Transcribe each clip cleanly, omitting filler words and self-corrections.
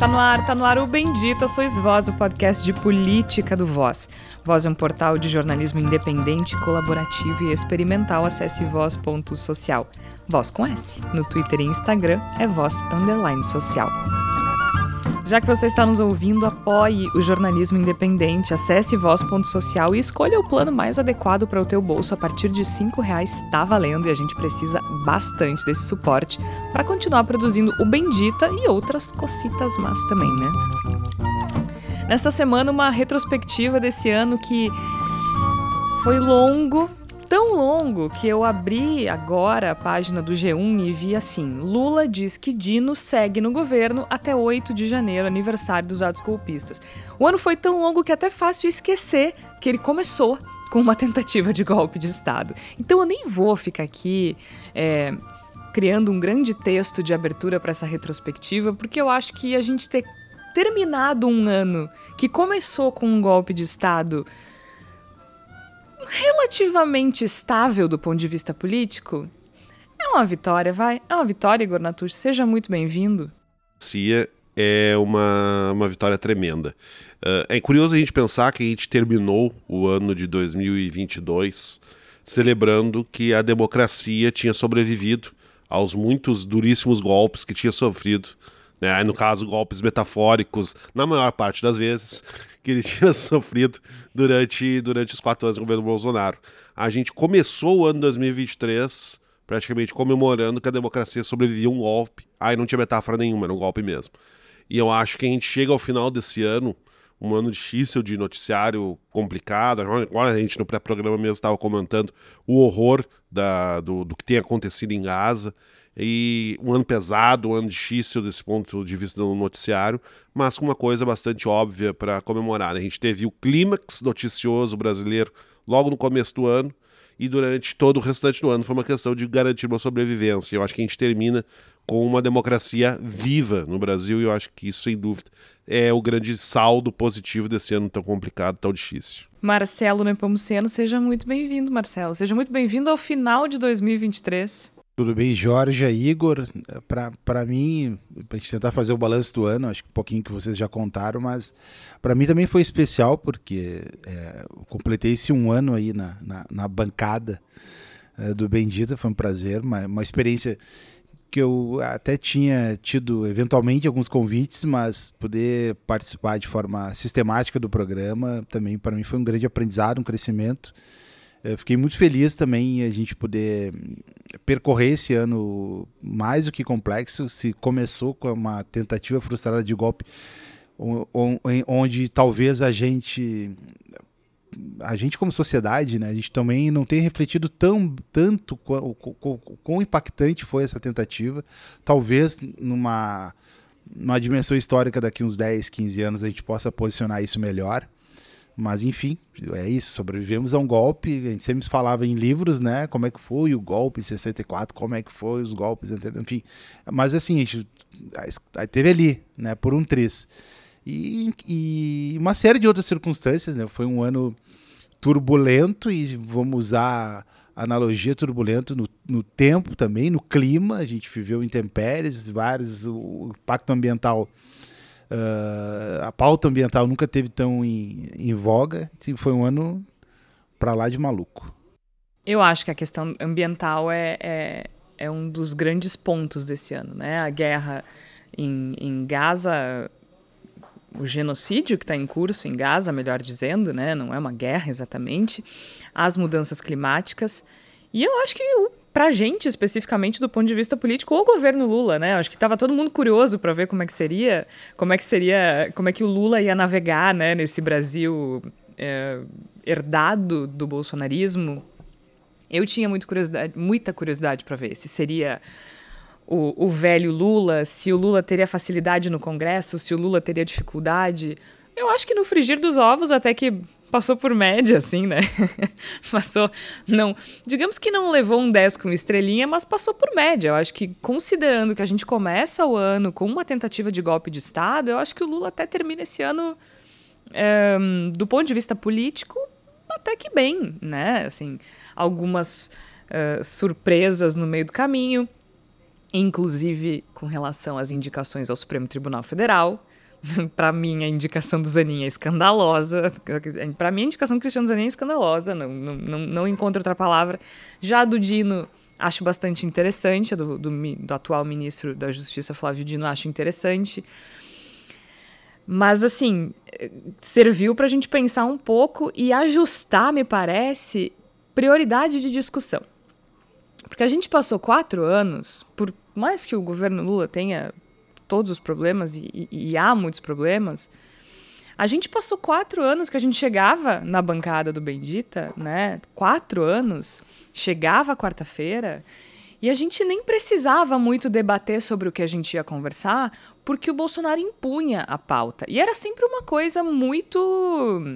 Tá no ar o Bendita Sois Voz, o podcast de política do Voz. Voz é um portal de jornalismo independente, colaborativo e experimental. Acesse voz.social. Voz com S. No Twitter e Instagram é voz_social. Já que você está nos ouvindo, apoie o jornalismo independente, acesse voz.social e escolha o plano mais adequado para o teu bolso. A partir de R$5 está valendo e a gente precisa bastante desse suporte para continuar produzindo o Bendita e outras cocitas más também, né? Nesta semana, uma retrospectiva desse ano que foi longo, tão longo que eu abri agora a página do G1 e vi assim: Lula diz que Dino segue no governo até 8 de janeiro, aniversário dos atos golpistas. O ano foi tão longo que é até fácil esquecer que ele começou com uma tentativa de golpe de Estado. Então eu nem vou ficar aqui criando um grande texto de abertura para essa retrospectiva, porque eu acho que a gente ter terminado um ano que começou com um golpe de Estado relativamente estável do ponto de vista político, é uma vitória, vai? É uma vitória, Igor Natucci. Seja muito bem-vindo. Cia é uma vitória tremenda. É curioso a gente pensar que a gente terminou o ano de 2022 celebrando que a democracia tinha sobrevivido aos muitos duríssimos golpes que tinha sofrido, né? No caso, golpes metafóricos, na maior parte das vezes, que ele tinha sofrido durante os 4 anos do governo Bolsonaro. A gente começou o ano 2023 praticamente comemorando que a democracia sobrevivia a um golpe. Aí não tinha metáfora nenhuma, era um golpe mesmo. E eu acho que a gente chega ao final desse ano, um ano difícil de noticiário complicado. Agora a gente no pré-programa mesmo estava comentando o horror do que tem acontecido em Gaza. E um ano pesado, um ano difícil desse ponto de vista do noticiário, mas com uma coisa bastante óbvia para comemorar. A gente teve o clímax noticioso brasileiro logo no começo do ano, e durante todo o restante do ano foi uma questão de garantir uma sobrevivência. Eu acho que a gente termina com uma democracia viva no Brasil, e eu acho que isso, sem dúvida, é o grande saldo positivo desse ano tão complicado, tão difícil. Marcelo Nepomuceno, seja muito bem-vindo, Marcelo. Seja muito bem-vindo ao final de 2023. Tudo bem, Jorge, Igor? Para mim, para a gente tentar fazer o balanço do ano, acho que um pouquinho que vocês já contaram, mas para mim também foi especial, porque eu completei esse um ano aí na bancada do Bendita. Foi um prazer, uma experiência que eu até tinha tido eventualmente alguns convites, mas poder participar de forma sistemática do programa também para mim foi um grande aprendizado, um crescimento. Eu fiquei muito feliz também em a gente poder percorrer esse ano mais do que complexo. Se começou com uma tentativa frustrada de golpe, onde talvez a gente como sociedade, né, a gente também não tenha refletido tanto quão impactante foi essa tentativa. Talvez numa dimensão histórica daqui uns 10, 15 anos a gente possa posicionar isso melhor. Mas enfim, é isso, sobrevivemos a um golpe. A gente sempre falava em livros, né, como é que foi o golpe em 64, como é que foi os golpes, enfim. Mas assim, a gente teve ali, né, por um triz. E uma série de outras circunstâncias, né, foi um ano turbulento, e vamos usar a analogia turbulento no tempo também, no clima. A gente viveu intempéries, o impacto ambiental. A pauta ambiental nunca teve tão em voga. Foi um ano para lá de maluco. Eu acho que a questão ambiental é um dos grandes pontos desse ano, né? A guerra em Gaza, o genocídio que está em curso em Gaza, melhor dizendo, né? Não é uma guerra exatamente, as mudanças climáticas. E eu acho que pra gente, especificamente do ponto de vista político, o governo Lula, né? Acho que estava todo mundo curioso para ver como é que o Lula ia navegar, né, nesse Brasil herdado do bolsonarismo. Eu tinha muita curiosidade para ver se seria o velho Lula, se o Lula teria facilidade no Congresso, se o Lula teria dificuldade. Eu acho que no frigir dos ovos até que passou por média, assim, né? Digamos que não levou um 10 com estrelinha, mas passou por média. Eu acho que, considerando que a gente começa o ano com uma tentativa de golpe de Estado, eu acho que o Lula até termina esse ano, do ponto de vista político, até que bem, né? Assim, algumas surpresas no meio do caminho, inclusive com relação às indicações ao Supremo Tribunal Federal. Para mim, a indicação do Zanin é escandalosa. Para mim, a indicação do Cristiano Zanin é escandalosa. Não encontro outra palavra. Já a do Dino, acho bastante interessante. Do atual ministro da Justiça, Flávio Dino, acho interessante. Mas, assim, serviu para a gente pensar um pouco e ajustar, me parece, prioridade de discussão. Porque a gente passou 4 anos, por mais que o governo Lula tenha todos os problemas, e há muitos problemas, a gente passou 4 anos que a gente chegava na bancada do Bendita, né? 4 anos, chegava quarta-feira, e a gente nem precisava muito debater sobre o que a gente ia conversar, porque o Bolsonaro impunha a pauta. E era sempre uma coisa muito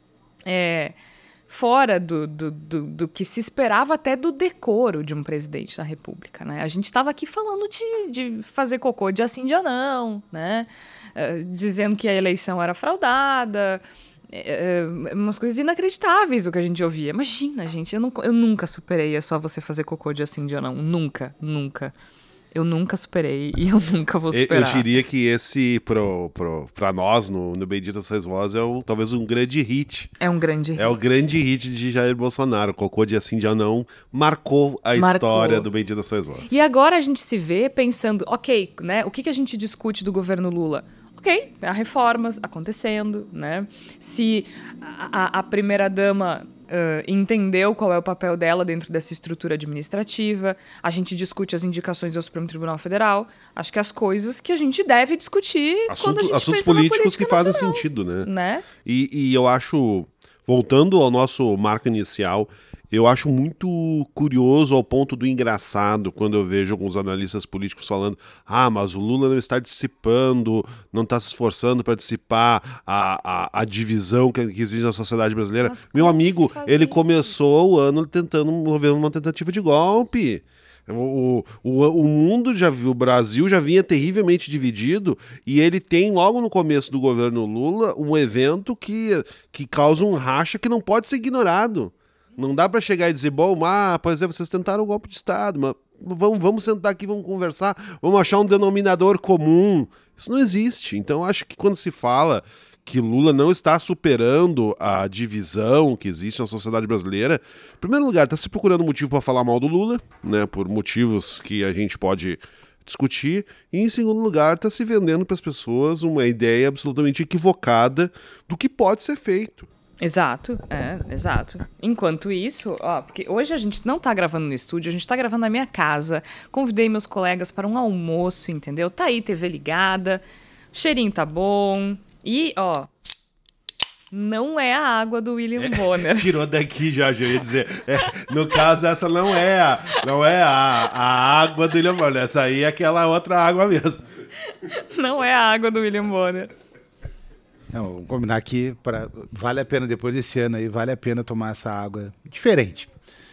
fora do que se esperava, até do decoro de um presidente da República, né? A gente estava aqui falando de fazer cocô de assim, dia não, né? Dizendo que a eleição era fraudada, umas coisas inacreditáveis do que a gente ouvia. Imagina, gente, eu nunca superei é só você fazer cocô de assim, dia não. Nunca. Eu nunca superei e eu nunca vou superar. Eu diria que esse, pra nós, no Bendita Sois Vós, talvez um grande hit. É um grande hit. É o grande hit de Jair Bolsonaro. Cocô de assim, já não marcou a história do Bendita Sois Vós. E agora a gente se vê pensando, ok, né? O que a gente discute do governo Lula? Ok, há reformas acontecendo, né? Se a primeira-dama entendeu qual é o papel dela dentro dessa estrutura administrativa, a gente discute as indicações ao Supremo Tribunal Federal, acho que as coisas que a gente deve discutir quando a gente assuntos pensa políticos que fazem nacional, sentido, né? E eu acho, voltando ao nosso marco inicial, eu acho muito curioso ao ponto do engraçado quando eu vejo alguns analistas políticos falando: mas o Lula não está dissipando, não está se esforçando para dissipar a divisão que existe na sociedade brasileira. Meu amigo, ele começou o ano tentando mover uma tentativa de golpe. O mundo o Brasil já vinha terrivelmente dividido e ele tem, logo no começo do governo Lula, um evento que causa um racha que não pode ser ignorado. Não dá para chegar e dizer, pois é, vocês tentaram um golpe de Estado, mas vamos sentar aqui, vamos conversar, vamos achar um denominador comum. Isso não existe. Então, acho que quando se fala que Lula não está superando a divisão que existe na sociedade brasileira, em primeiro lugar, está se procurando motivo para falar mal do Lula, né, por motivos que a gente pode discutir, e em segundo lugar, está se vendendo para as pessoas uma ideia absolutamente equivocada do que pode ser feito. Exato. Enquanto isso, porque hoje a gente não tá gravando no estúdio, a gente tá gravando na minha casa, convidei meus colegas para um almoço, entendeu? Tá aí, TV ligada, o cheirinho tá bom, e, não é a água do William Bonner. Tirou daqui, Jorge, eu ia dizer. No caso, essa não é a água do William Bonner, essa aí é aquela outra água mesmo. Não é a água do William Bonner. Não, vamos combinar aqui, vale a pena, depois desse ano aí, vale a pena tomar essa água diferente.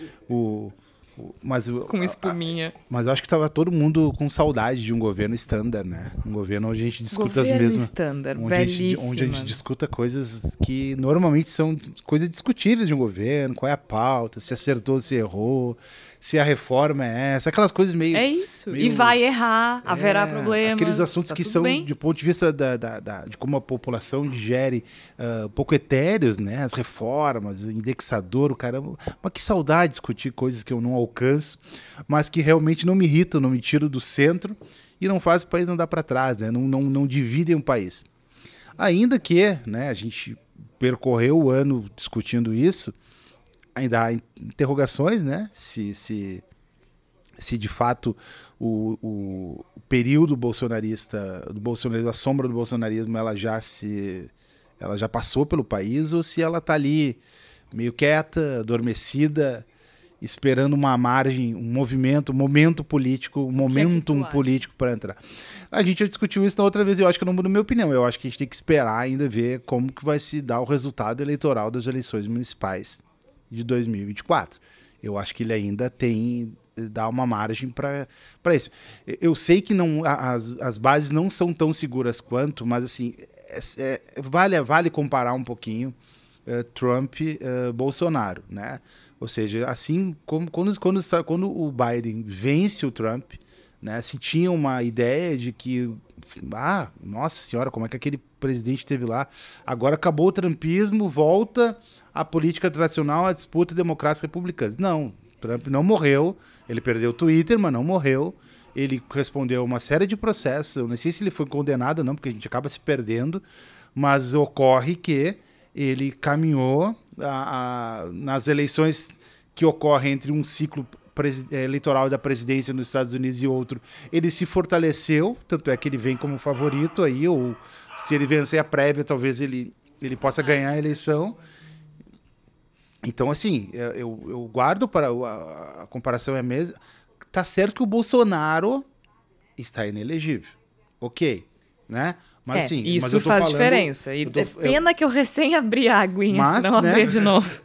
Com espuminha. Mas eu acho que estava todo mundo com saudade de um governo standard, né? Um governo onde a gente discuta as mesmas... standard, onde a gente discuta coisas que normalmente são coisas discutíveis de um governo, qual é a pauta, se acertou, se errou, se a reforma é essa, aquelas coisas meio... É isso, e vai errar, haverá problemas. Aqueles assuntos que são, de ponto de vista de como a população digere, um pouco etéreos, né? As reformas, o indexador, o caramba. Mas que saudade de discutir coisas que eu não alcanço, mas que realmente não me irritam, não me tiram do centro e não fazem o país andar para trás, né? Não dividem o país. Ainda que, né, a gente percorreu o ano discutindo isso, ainda há interrogações, né? Se de fato o período bolsonarista, a sombra do bolsonarismo, ela já passou pelo país, ou se ela está ali meio quieta, adormecida, esperando uma margem, um momento político, um momentum político para entrar. A gente já discutiu isso na outra vez, eu acho que eu não mudo minha opinião. Eu acho que a gente tem que esperar ainda ver como que vai se dar o resultado eleitoral das eleições municipais de 2024. Eu acho que ele ainda dá uma margem para isso. Eu sei que as bases não são tão seguras quanto, mas assim, vale comparar um pouquinho Trump Bolsonaro, né? Ou seja, assim como quando o Biden vence o Trump né? Se tinha uma ideia de que, nossa senhora, como é que aquele presidente esteve lá? Agora acabou o trumpismo, volta a política tradicional, a disputa democrática republicana. Não, Trump não morreu, ele perdeu o Twitter, mas não morreu. Ele respondeu a uma série de processos, eu não sei se ele foi condenado ou não, porque a gente acaba se perdendo, mas ocorre que ele caminhou nas eleições que ocorrem entre um ciclo eleitoral da presidência nos Estados Unidos e outro, ele se fortaleceu, tanto é que ele vem como favorito aí, ou se ele vencer a prévia, talvez ele possa ganhar a eleição. Então, assim, eu guardo para a comparação é a mesma. Tá certo que o Bolsonaro está inelegível, ok, né? Mas assim, isso faz diferença. E pena que eu recém abri a aguinha, senão abrir de novo.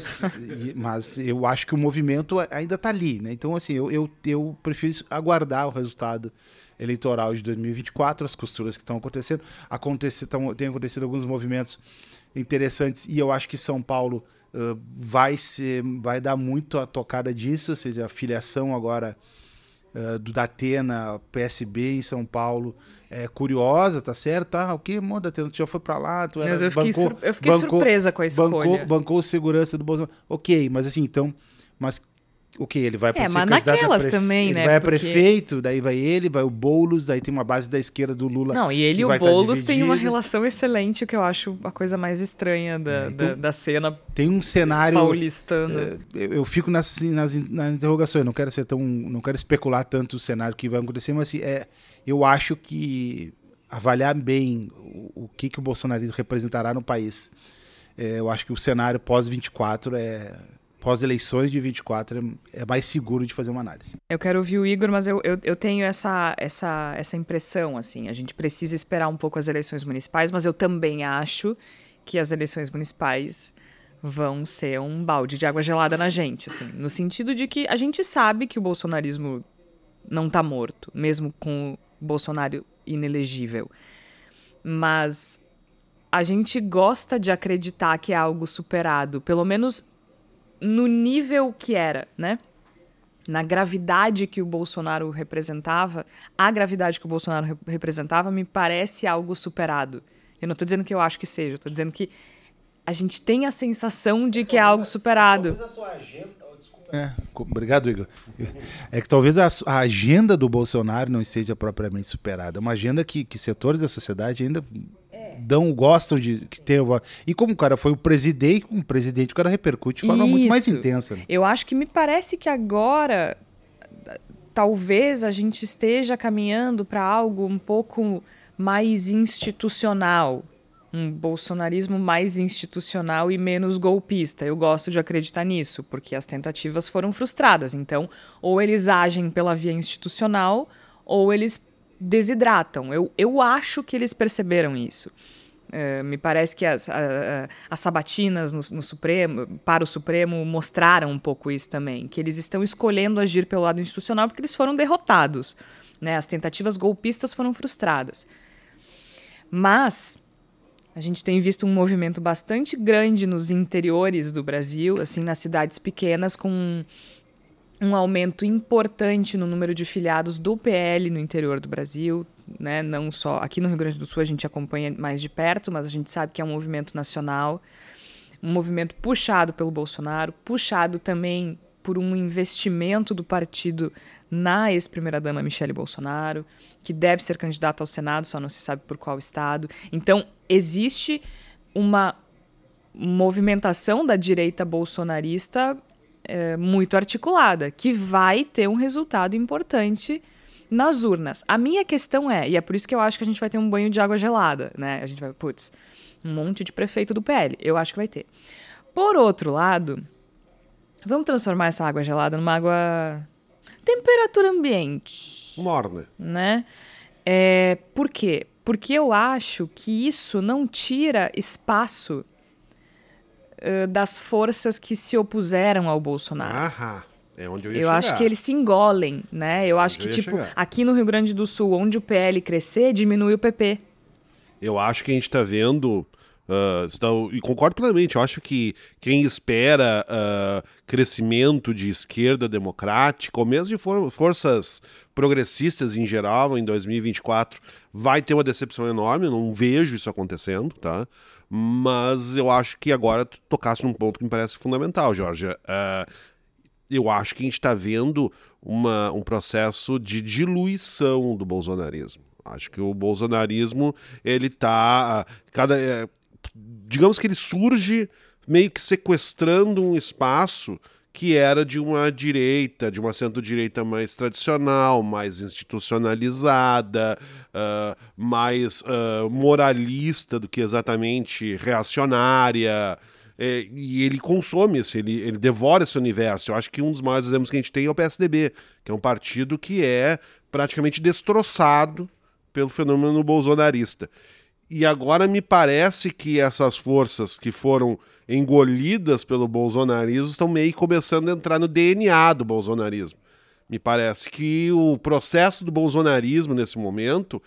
Mas eu acho que o movimento ainda está ali, né? Então, assim, eu prefiro aguardar o resultado eleitoral de 2024, as costuras que estão acontecendo. Tem acontecido alguns movimentos interessantes e eu acho que São Paulo vai dar muito a tocada disso, ou seja, a filiação agora do Datena, PSB em São Paulo, é curiosa, tá certo? O que, Datena, tu já foi pra lá? Mas eu fiquei surpresa com a escolha. Bancou segurança do Bolsonaro. Ok, mas assim, então... Ok, ele vai para ser candidato naquelas também, né? Ele vai a prefeito, daí vai ele, vai o Boulos, daí tem uma base da esquerda do Lula. Não, e ele e o Boulos têm uma relação excelente, o que eu acho a coisa mais estranha da cena. Tem um cenário paulistano. Eu fico nas interrogações, não quero especular tanto o cenário que vai acontecer, mas assim, eu acho que avaliar bem o que o bolsonarismo representará no país. Eu acho que o cenário pós-24 pós-eleições de 24 é mais seguro de fazer uma análise. Eu quero ouvir o Igor, mas eu tenho essa impressão, assim, a gente precisa esperar um pouco as eleições municipais, mas eu também acho que as eleições municipais vão ser um balde de água gelada na gente, assim, no sentido de que a gente sabe que o bolsonarismo não tá morto, mesmo com o Bolsonaro inelegível, mas a gente gosta de acreditar que é algo superado, pelo menos no nível que era, né? Na gravidade que o Bolsonaro representava, a gravidade que o Bolsonaro representava me parece algo superado. Eu não estou dizendo que eu acho que seja, eu estou dizendo que a gente tem a sensação de que é algo superado. Talvez a sua agenda... Obrigado, Igor. É que talvez a agenda do Bolsonaro não esteja propriamente superada. É uma agenda que setores da sociedade ainda gostam de que tenha. E como o cara foi o presidente, o cara repercute de forma muito mais intensa. Né? Eu acho que me parece que agora talvez a gente esteja caminhando para algo um pouco mais institucional. Um bolsonarismo mais institucional e menos golpista. Eu gosto de acreditar nisso, porque as tentativas foram frustradas. Então, ou eles agem pela via institucional, ou eles desidratam. Eu acho que eles perceberam isso. Me parece que as sabatinas no Supremo, para o Supremo mostraram um pouco isso também, que eles estão escolhendo agir pelo lado institucional porque eles foram derrotados, né? As tentativas golpistas foram frustradas. Mas a gente tem visto um movimento bastante grande nos interiores do Brasil, assim, nas cidades pequenas, com um aumento importante no número de filiados do PL no interior do Brasil, né? Não só aqui no Rio Grande do Sul a gente acompanha mais de perto, mas a gente sabe que é um movimento nacional, um movimento puxado pelo Bolsonaro, puxado também por um investimento do partido na ex-primeira-dama Michele Bolsonaro, que deve ser candidata ao Senado, só não se sabe por qual estado. Então, existe uma movimentação da direita bolsonarista muito articulada, que vai ter um resultado importante nas urnas. A minha questão e é por isso que eu acho que a gente vai ter um banho de água gelada, né? A gente vai, um monte de prefeito do PL. Eu acho que vai ter. Por outro lado, vamos transformar essa água gelada numa água... temperatura ambiente. Morna. Né? Por quê? Porque eu acho que isso não tira espaço das forças que se opuseram ao Bolsonaro. É onde eu ia chegar. Eu acho que eles se engolem, né? Eu acho que, aqui no Rio Grande do Sul, onde o PL crescer, diminui o PP. Eu acho que a gente está vendo E concordo plenamente. Eu acho que quem espera crescimento de esquerda democrática, ou mesmo de forças progressistas em geral, em 2024, vai ter uma decepção enorme. Eu não vejo isso acontecendo, tá? Mas eu acho que agora tu tocasse num ponto que me parece fundamental, Jorge. Eu acho que a gente está vendo um processo de diluição do bolsonarismo. Acho que o bolsonarismo, ele está... digamos que ele surge meio que sequestrando um espaço que era de uma direita, de uma centro-direita mais tradicional, mais institucionalizada, mais moralista do que exatamente reacionária. E ele consome ele devora esse universo. Eu acho que um dos maiores exemplos que a gente tem é o PSDB, que é um partido que é praticamente destroçado pelo fenômeno bolsonarista. E agora me parece que essas forças que foram engolidas pelo bolsonarismo estão meio começando a entrar no DNA do bolsonarismo. Me parece que o processo do bolsonarismo nesse momento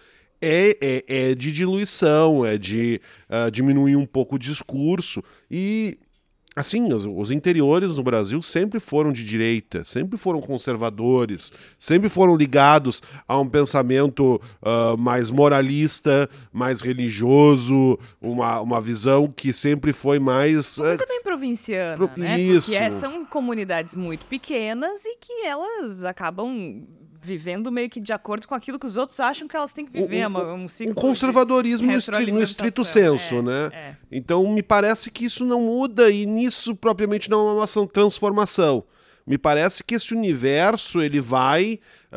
é de diluição, é de diminuir um pouco o discurso. E, assim, os interiores no Brasil sempre foram de direita, sempre foram conservadores, sempre foram ligados a um pensamento mais moralista, mais religioso, uma visão que sempre foi mais... Mas é bem provinciana, né? Isso. Porque são comunidades muito pequenas e que elas acabam vivendo meio que de acordo com aquilo que os outros acham que elas têm que viver. Um ciclo conservadorismo no estrito senso, né? Então, me parece que isso não muda e nisso propriamente não é uma transformação. Me parece que esse universo ele vai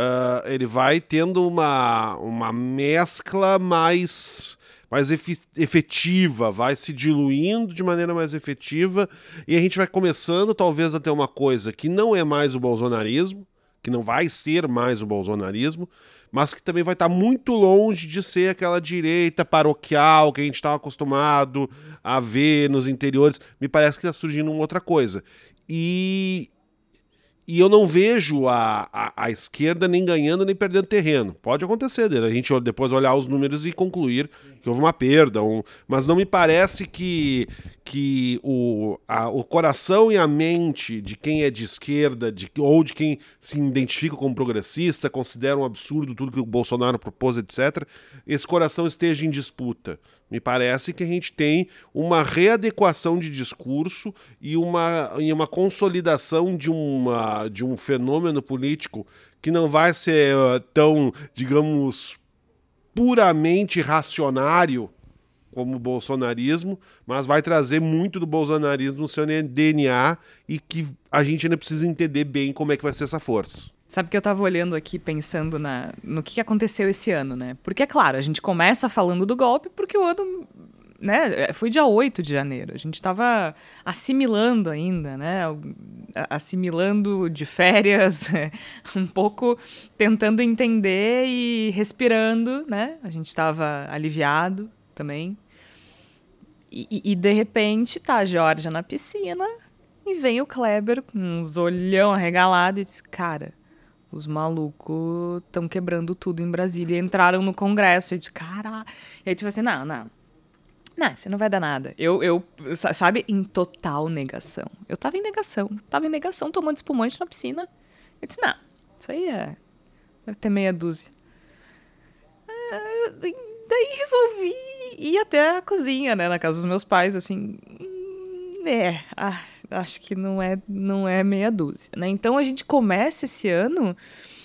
tendo uma mescla mais efetiva, vai se diluindo de maneira mais efetiva e a gente vai começando talvez a ter uma coisa que não é mais o bolsonarismo, que não vai ser mais o bolsonarismo, mas que também vai estar muito longe de ser aquela direita paroquial que a gente estava acostumado a ver nos interiores. Me parece que está surgindo uma outra coisa. E eu não vejo a esquerda nem ganhando nem perdendo terreno. Pode acontecer, a gente depois olhar os números e concluir que houve uma perda, mas não me parece que o coração e a mente de quem é de esquerda ou de quem se identifica como progressista, considera um absurdo tudo que o Bolsonaro propôs, etc., esse coração esteja em disputa. Me parece que a gente tem uma readequação de discurso e uma consolidação de um fenômeno político que não vai ser tão, digamos, puramente racionário como o bolsonarismo, mas vai trazer muito do bolsonarismo no seu DNA e que a gente ainda precisa entender bem como é que vai ser essa força. Sabe que eu tava olhando aqui, pensando no que aconteceu esse ano, né? Porque, é claro, a gente começa falando do golpe porque o ano, né, foi dia 8 de janeiro. A gente tava assimilando ainda, né? Assimilando de férias, um pouco tentando entender e respirando, né? A gente tava aliviado também. E de repente, tá a Georgia na piscina e vem o Kleber com uns olhão arregalado e diz, cara... Os malucos estão quebrando tudo em Brasília. E entraram no Congresso. E eu disse, caralho. E aí, tipo assim, não, você não vai dar nada. Eu, sabe, em total negação. Eu tava em negação, tomando espumante na piscina. Eu disse, não, isso aí deve ter meia dúzia. Daí resolvi ir até a cozinha, né, na casa dos meus pais, assim... acho que não é meia dúzia, né? Então a gente começa esse ano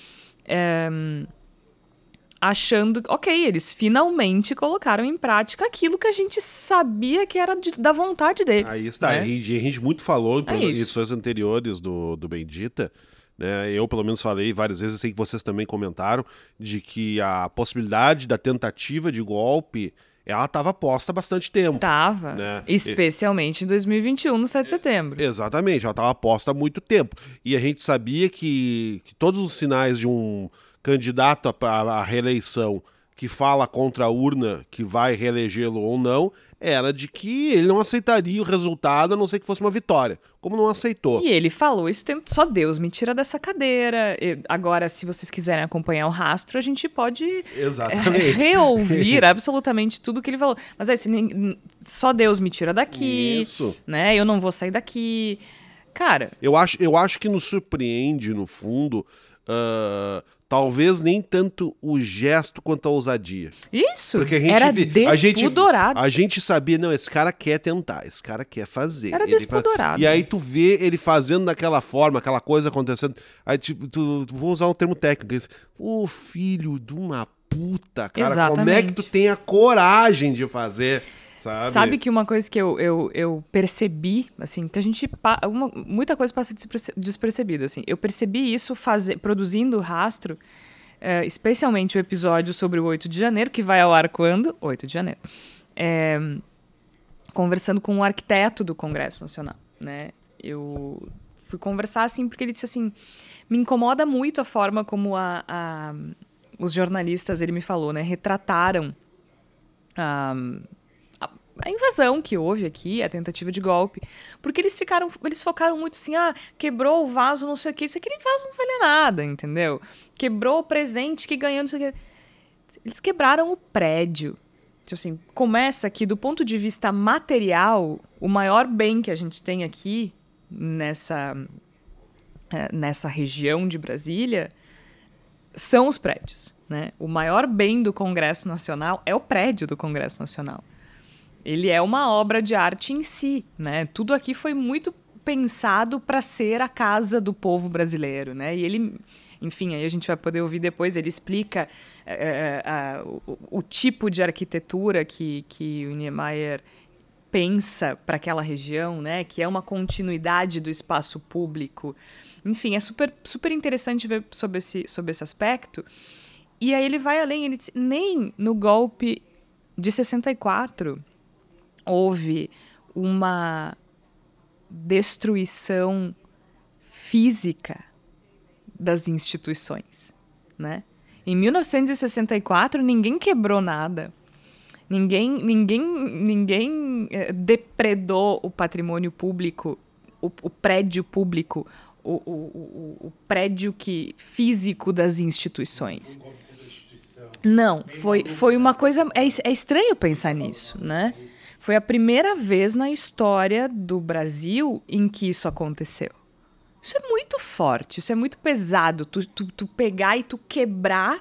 achando, ok, eles finalmente colocaram em prática aquilo que a gente sabia que era da vontade deles. Aí está, né? A gente muito falou em edições anteriores do Bendita, né? Eu pelo menos falei várias vezes, sei que vocês também comentaram, de que a possibilidade da tentativa de golpe ela estava posta há bastante tempo. Tava, né? Especialmente em 2021, no 7 de setembro. Exatamente, ela estava posta há muito tempo. E a gente sabia que todos os sinais de um candidato à reeleição que fala contra a urna que vai reelegê-lo ou não, era de que ele não aceitaria o resultado, a não ser que fosse uma vitória. Como não aceitou. E ele falou isso, só Deus me tira dessa cadeira. Agora, se vocês quiserem acompanhar o rastro, a gente pode reouvir absolutamente tudo que ele falou. Mas só Deus me tira daqui, isso. Né? Eu não vou sair daqui. Cara... Eu acho que nos surpreende, no fundo... talvez nem tanto o gesto quanto a ousadia. Isso, porque a gente era despudorado. A gente sabia, não, esse cara quer tentar, esse cara quer fazer. Era despudorado. E aí tu vê ele fazendo daquela forma, aquela coisa acontecendo. Aí tipo, vou usar um termo técnico. Ô, filho de uma puta, cara, Exatamente. Como é que tu tem a coragem de fazer... Sabe que uma coisa que eu percebi, assim, que a gente... muita coisa passa despercebida, assim. Eu percebi isso produzindo o Rastro, especialmente o episódio sobre o 8 de janeiro, que vai ao ar quando? 8 de janeiro. Conversando com o arquiteto do Congresso Nacional, né? Eu fui conversar, assim, porque ele disse assim, me incomoda muito a forma como os jornalistas, ele me falou, né, retrataram a invasão que houve aqui, a tentativa de golpe, porque eles focaram muito assim, quebrou o vaso, não sei o quê, isso aquele vaso não vale nada, entendeu? Quebrou o presente que ganhou, não sei o quê. Eles quebraram o prédio. Tipo assim, começa que, do ponto de vista material, o maior bem que a gente tem aqui, nessa região de Brasília, são os prédios, né? O maior bem do Congresso Nacional é o prédio do Congresso Nacional. Ele é uma obra de arte em si, né? Tudo aqui foi muito pensado para ser a casa do povo brasileiro, né? E ele, enfim, aí a gente vai poder ouvir depois, ele explica o tipo de arquitetura que o Niemeyer pensa para aquela região, né? Que é uma continuidade do espaço público. Enfim, é super, super interessante ver sobre esse aspecto. E aí ele vai além, ele diz, nem no golpe de 64... houve uma destruição física das instituições, né? Em 1964, ninguém quebrou nada. Ninguém depredou o patrimônio público, o prédio público, o prédio físico das instituições. Não, foi uma coisa... É estranho pensar nisso, né? Foi a primeira vez na história do Brasil em que isso aconteceu. Isso é muito forte, isso é muito pesado. Tu pegar e tu quebrar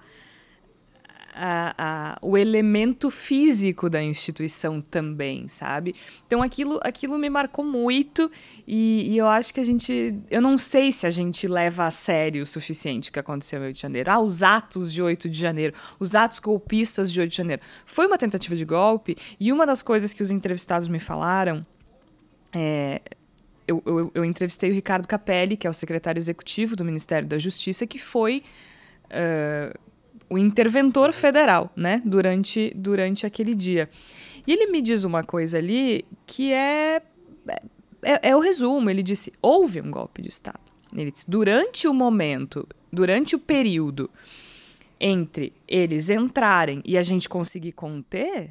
o elemento físico da instituição também, sabe? Então aquilo me marcou muito e eu acho que eu não sei se a gente leva a sério o suficiente o que aconteceu em 8 de janeiro. Os atos de 8 de janeiro, os atos golpistas de 8 de janeiro. Foi uma tentativa de golpe e uma das coisas que os entrevistados me falaram eu entrevistei o Ricardo Capelli, que é o secretário executivo do Ministério da Justiça, que foi o interventor federal, né, durante aquele dia. E ele me diz uma coisa ali que é o resumo. Ele disse, houve um golpe de Estado. Ele disse, durante o período entre eles entrarem e a gente conseguir conter,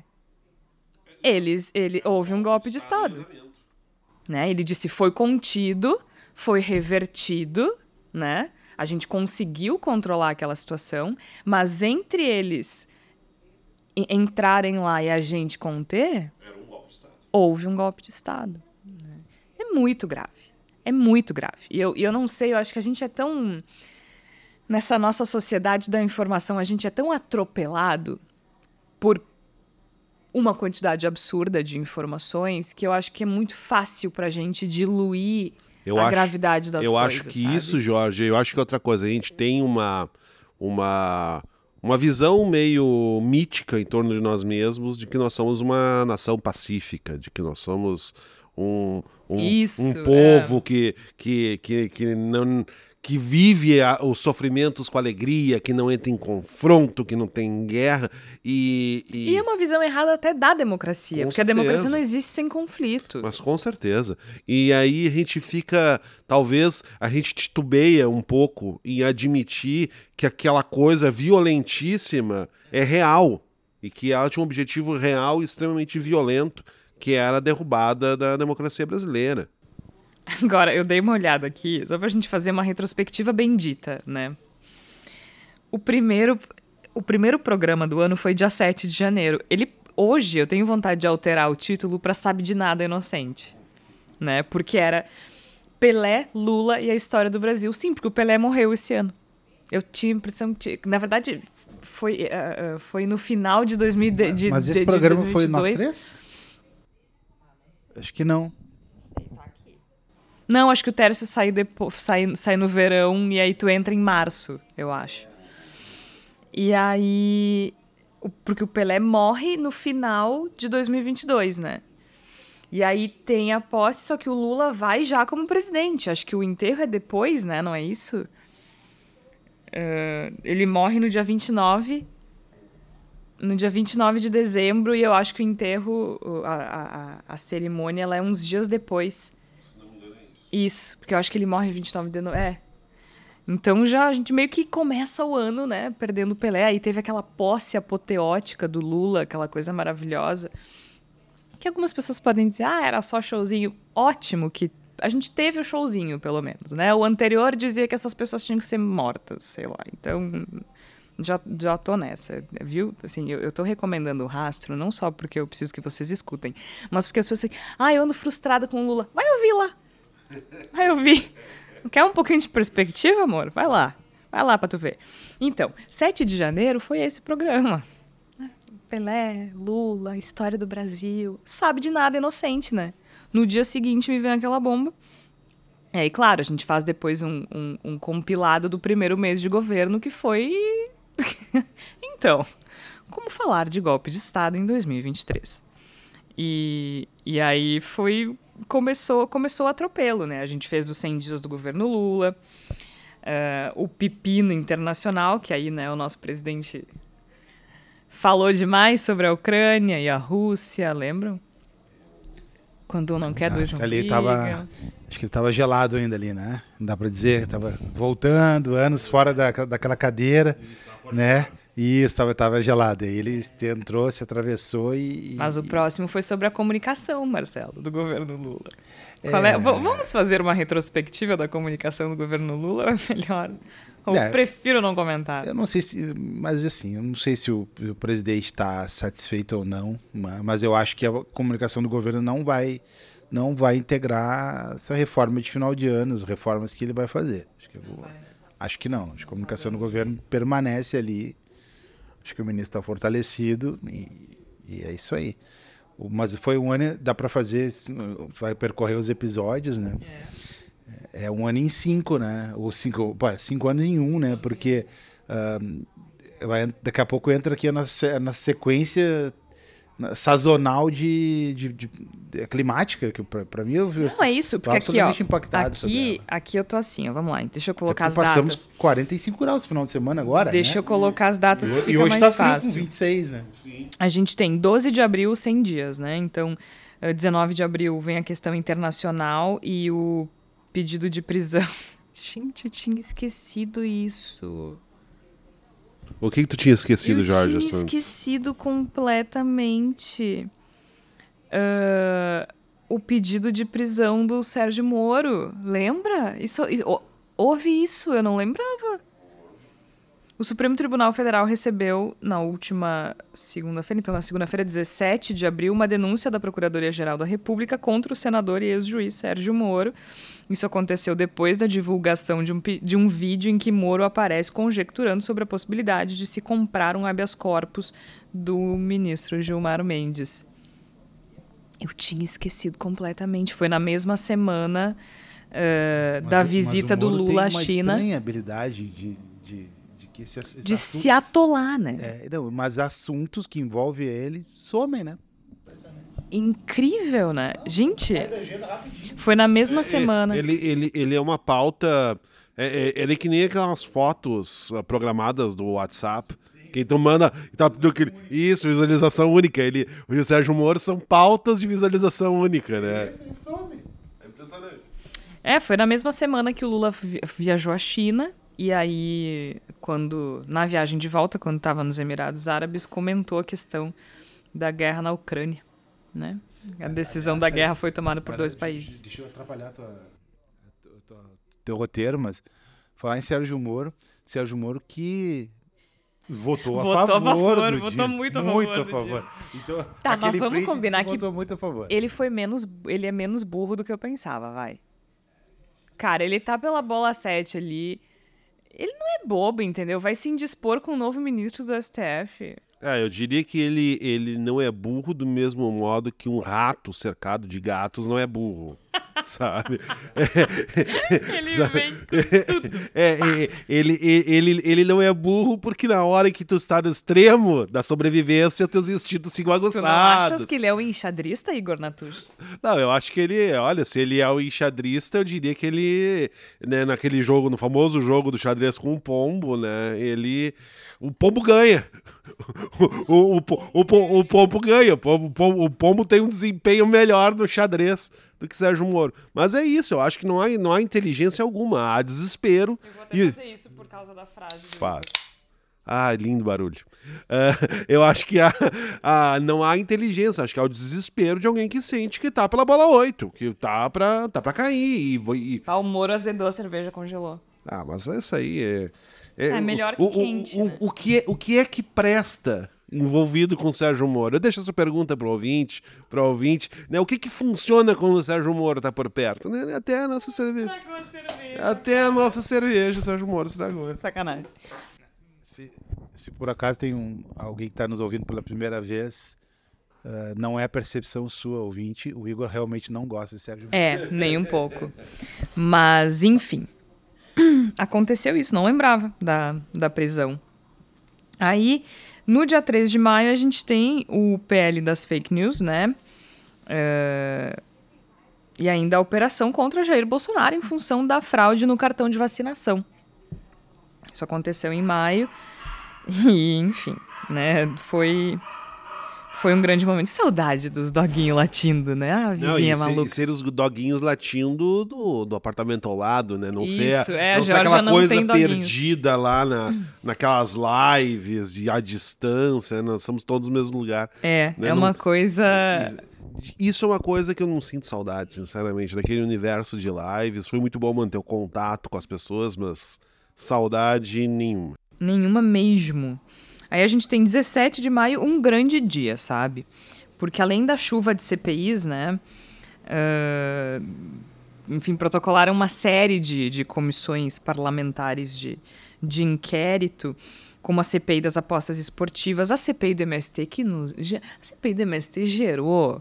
houve um golpe de Estado. Né? Ele disse, foi contido, foi revertido, né? A gente conseguiu controlar aquela situação, mas entre eles entrarem lá e a gente conter, houve um golpe de Estado. É muito grave. É muito grave. E eu não sei, eu acho que a gente é tão... Nessa nossa sociedade da informação, a gente é tão atropelado por uma quantidade absurda de informações que eu acho que é muito fácil pra gente diluir gravidade das coisas. Eu acho que sabe? Isso, Jorge, eu acho que outra coisa, a gente tem uma visão meio mítica em torno de nós mesmos, de que nós somos uma nação pacífica, de que nós somos um povo que que vive os sofrimentos com alegria, que não entra em confronto, que não tem guerra. E é uma visão errada até da democracia, Com porque certeza. a democracia não existe sem conflito. Mas com certeza. E aí a gente fica, talvez, a gente titubeia um pouco em admitir que aquela coisa violentíssima é real e que ela tinha um objetivo real e extremamente violento, que era a derrubada da democracia brasileira. Agora, eu dei uma olhada aqui, só pra gente fazer uma retrospectiva bendita, né? O primeiro programa do ano foi dia 7 de janeiro. Hoje eu tenho vontade de alterar o título pra Sabe de Nada Inocente, né? Porque era Pelé, Lula e a História do Brasil. Sim, porque o Pelé morreu esse ano. Eu tinha a impressão que, na verdade, foi no final de 2000. Mas esse programa 2022. foi nós três? Acho que não. Não, acho que o Tércio sai no verão e aí tu entra em março, eu acho. E aí... Porque o Pelé morre no final de 2022, né? E aí tem a posse, só que o Lula vai já como presidente. Acho que o enterro é depois, né? Não é isso? Ele morre no dia 29... No dia 29 de dezembro, e eu acho que o enterro, a cerimônia, ela é uns dias depois. Isso, porque eu acho que ele morre 29 de novembro. Então já a gente meio que começa o ano, né, perdendo o Pelé. Aí teve aquela posse apoteótica do Lula, aquela coisa maravilhosa. Que algumas pessoas podem dizer, era só showzinho. Ótimo que a gente teve o showzinho, pelo menos, né? O anterior dizia que essas pessoas tinham que ser mortas, sei lá. Então... Já tô nessa, viu? Assim, eu tô recomendando o Rastro, não só porque eu preciso que vocês escutem, mas porque as pessoas dizem, eu ando frustrada com o Lula. Vai ouvir lá. Vai ouvir. Quer um pouquinho de perspectiva, amor? Vai lá pra tu ver. Então, 7 de janeiro foi esse programa. Pelé, Lula, História do Brasil. Sabe de nada, inocente, né? No dia seguinte me vem aquela bomba. E aí, claro, a gente faz depois um compilado do primeiro mês de governo, que foi... Então, como falar de golpe de Estado em 2023? E aí começou o atropelo, né? A gente fez dos 100 dias do governo Lula, o pepino internacional, que aí, né, o nosso presidente falou demais sobre a Ucrânia e a Rússia, lembram? Quando um não quer, dois não brigam. Acho que ele estava gelado ainda ali, né? Não dá para dizer, estava voltando, anos fora daquela cadeira, né? E isso, estava gelado. Aí ele entrou, se atravessou Mas o próximo foi sobre a comunicação, Marcelo, do governo Lula. Vamos fazer uma retrospectiva da comunicação do governo Lula? Ou é melhor? Ou prefiro não comentar? Eu não sei mas assim, eu não sei se o presidente está satisfeito ou não, mas eu acho que a comunicação do governo não vai integrar essa reforma de final de ano, as reformas que ele vai fazer. Acho que não. Acho que a comunicação do governo permanece ali. Acho que o ministro está fortalecido e é isso aí. Mas foi um ano, dá para fazer, vai percorrer os episódios, né? É um ano em 5, né? Ou 5 anos em 1, né? Porque daqui a pouco entra aqui na sequência sazonal de climática, que para mim eu não é isso, porque absolutamente impactado aqui eu tô assim, vamos lá, deixa eu colocar as passamos datas. 45 graus no final de semana agora, deixa eu colocar as datas que fica hoje mais tá fácil. Frio com 26, né? Sim. A gente tem 12 de abril, 100 dias, né? Então, 19 de abril vem a questão internacional e o pedido de prisão. Gente, eu tinha esquecido isso. O que tu tinha esquecido, Jorge? Eu tinha esquecido completamente o pedido de prisão do Sérgio Moro. Lembra? Houve isso, eu não lembrava. O Supremo Tribunal Federal recebeu na última segunda-feira, então na segunda-feira, 17 de abril, uma denúncia da Procuradoria-Geral da República contra o senador e ex-juiz Sérgio Moro. Isso aconteceu depois da divulgação de um vídeo em que Moro aparece conjecturando sobre a possibilidade de se comprar um habeas corpus do ministro Gilmar Mendes. Eu tinha esquecido completamente. Foi na mesma semma da visita do Lula à China. Tem uma estranha habilidade de se atolar, né? Mas assuntos que envolvem ele somem, né? Incrível, né? Gente, foi na mesma semana. Ele é uma pauta Ele é que nem aquelas fotos programadas do WhatsApp. Que tu manda. Tá, isso, visualização única. O Sérgio Moro são pautas de visualização única, né? É impressionante. Foi na mesma semana que o Lula viajou à China. E aí, na viagem de volta, quando estava nos Emirados Árabes, comentou a questão da guerra na Ucrânia, né? A decisão da guerra foi tomada por 2 países. Deixa eu atrapalhar teu roteiro, mas falar em Sérgio Moro que votou a favor do votou dia. muito a favor. Então, tá, mas vamos combinar que votou muito a favor. ele é menos burro do que eu pensava, vai. Cara, ele tá pela bola 7 ali. Ele não é bobo, entendeu? Vai se indispor com o novo ministro do STF. Eu diria que ele não é burro do mesmo modo que um rato cercado de gatos não é burro. Sabe? Ele vem com tudo. Ele não é burro porque na hora que tu está no extremo da sobrevivência, teus instintos ficam aguçados. Tu não achas que ele é o enxadrista, Igor Natucci? Não, eu acho que se ele é o enxadrista, eu diria que ele, né, naquele jogo, no famoso jogo do xadrez com o pombo, né, o pombo ganha. O pombo ganha. O pombo tem um desempenho melhor no xadrez do que Sérgio Moro. Mas é isso, eu acho que não há inteligência alguma, há desespero. Eu vou até fazer isso por causa da frase. Faz. Lindo barulho. Eu acho que não há inteligência, acho que há o desespero de alguém que sente que tá pela bola 8, que tá pra cair. O Moro azedou, a cerveja congelou. Mas isso aí é melhor que quente, né? O que é que presta envolvido com o Sérgio Moro? Eu deixo essa pergunta pro ouvinte, né? O que funciona quando o Sérgio Moro tá por perto? Né? Até a nossa cerveja. Estragou a cerveja. Até a nossa cerveja, o Sérgio Moro estragou. Sacanagem. Se por acaso tem alguém que está nos ouvindo pela primeira vez, não é percepção sua, ouvinte, o Igor realmente não gosta de Sérgio Moro. Nem um pouco. Mas, enfim, aconteceu isso, não lembrava da prisão. Aí, no dia 3 de maio, a gente tem o PL das fake news, né? E ainda a operação contra Jair Bolsonaro em função da fraude no cartão de vacinação. Isso aconteceu em maio e, enfim, né, foi um grande momento. Saudade dos doguinhos latindo, né? A vizinha maluca. E ser os doguinhos latindo do apartamento ao lado, né? Não Isso, ser aquela coisa perdida lá naquelas lives à distância, nós somos todos no mesmo lugar. Né? Uma coisa... Isso é uma coisa que eu não sinto saudade, sinceramente, daquele universo de lives. Foi muito bom manter o contato com as pessoas, mas saudade nenhuma. Nenhuma mesmo. Aí a gente tem 17 de maio, um grande dia, sabe? Porque além da chuva de CPIs, né? Enfim, protocolaram uma série de comissões parlamentares de inquérito, como a CPI das apostas esportivas, a CPI do MST, a CPI do MST gerou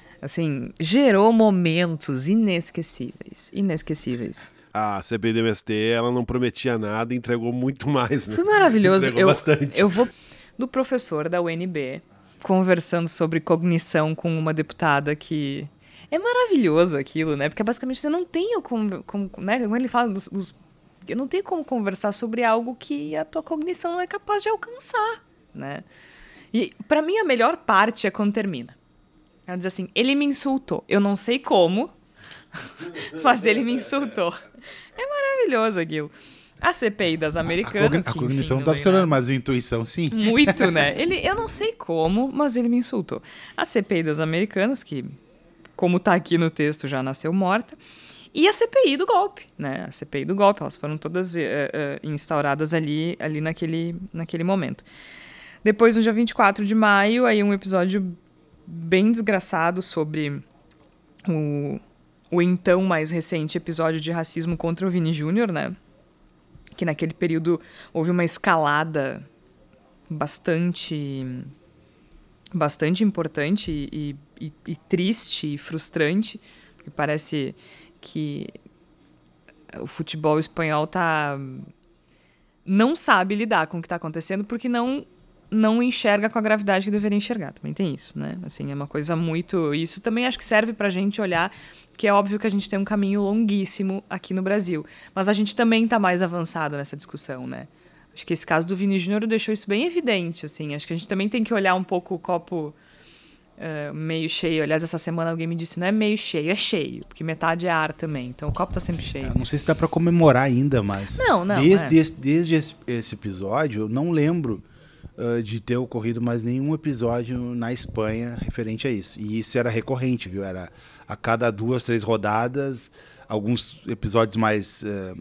momentos inesquecíveis. A CPI do MST, ela não prometia nada e entregou muito mais, né? Foi maravilhoso. Entregou bastante. Eu vou do professor da UNB conversando sobre cognição com uma deputada que... É maravilhoso aquilo, né? Porque basicamente você não tem né? Como ele fala eu não tenho como conversar sobre algo que a tua cognição não é capaz de alcançar, né? E pra mim a melhor parte é quando termina. Ela diz assim, ele me insultou. Eu não sei como, mas ele me insultou. É maravilhoso aquilo. A CPI das Americanas... A cognição não tá funcionando, mas a intuição sim. Muito, né? Eu não sei como, mas ele me insultou. A CPI das Americanas, que, como tá aqui no texto, já nasceu morta. E a CPI do golpe, né? A CPI do golpe, elas foram todas instauradas ali naquele momento. Depois, no dia 24 de maio, aí um episódio bem desgraçado sobre o então mais recente episódio de racismo contra o Vini Júnior, né? Que naquele período houve uma escalada bastante importante e triste e frustrante, porque parece que o futebol espanhol não sabe lidar com o que está acontecendo, porque não não enxerga com a gravidade que deveria enxergar. Também tem isso, né? Assim, é uma coisa muito... Isso também acho que serve pra gente olhar, que é óbvio que a gente tem um caminho longuíssimo aqui no Brasil. Mas a gente também tá mais avançado nessa discussão, né? Acho que esse caso do Vini Júnior deixou isso bem evidente, assim. Acho que a gente também tem que olhar um pouco o copo meio cheio. Aliás, essa semana alguém me disse, não é meio cheio, é cheio. Porque metade é ar também. Então o copo tá sempre cheio. Não sei se dá pra comemorar ainda, mas... Não. Desde esse episódio, eu não lembro de ter ocorrido mais nenhum episódio na Espanha referente a isso. E isso era recorrente, viu? Era a cada 2, 3 rodadas, alguns episódios mais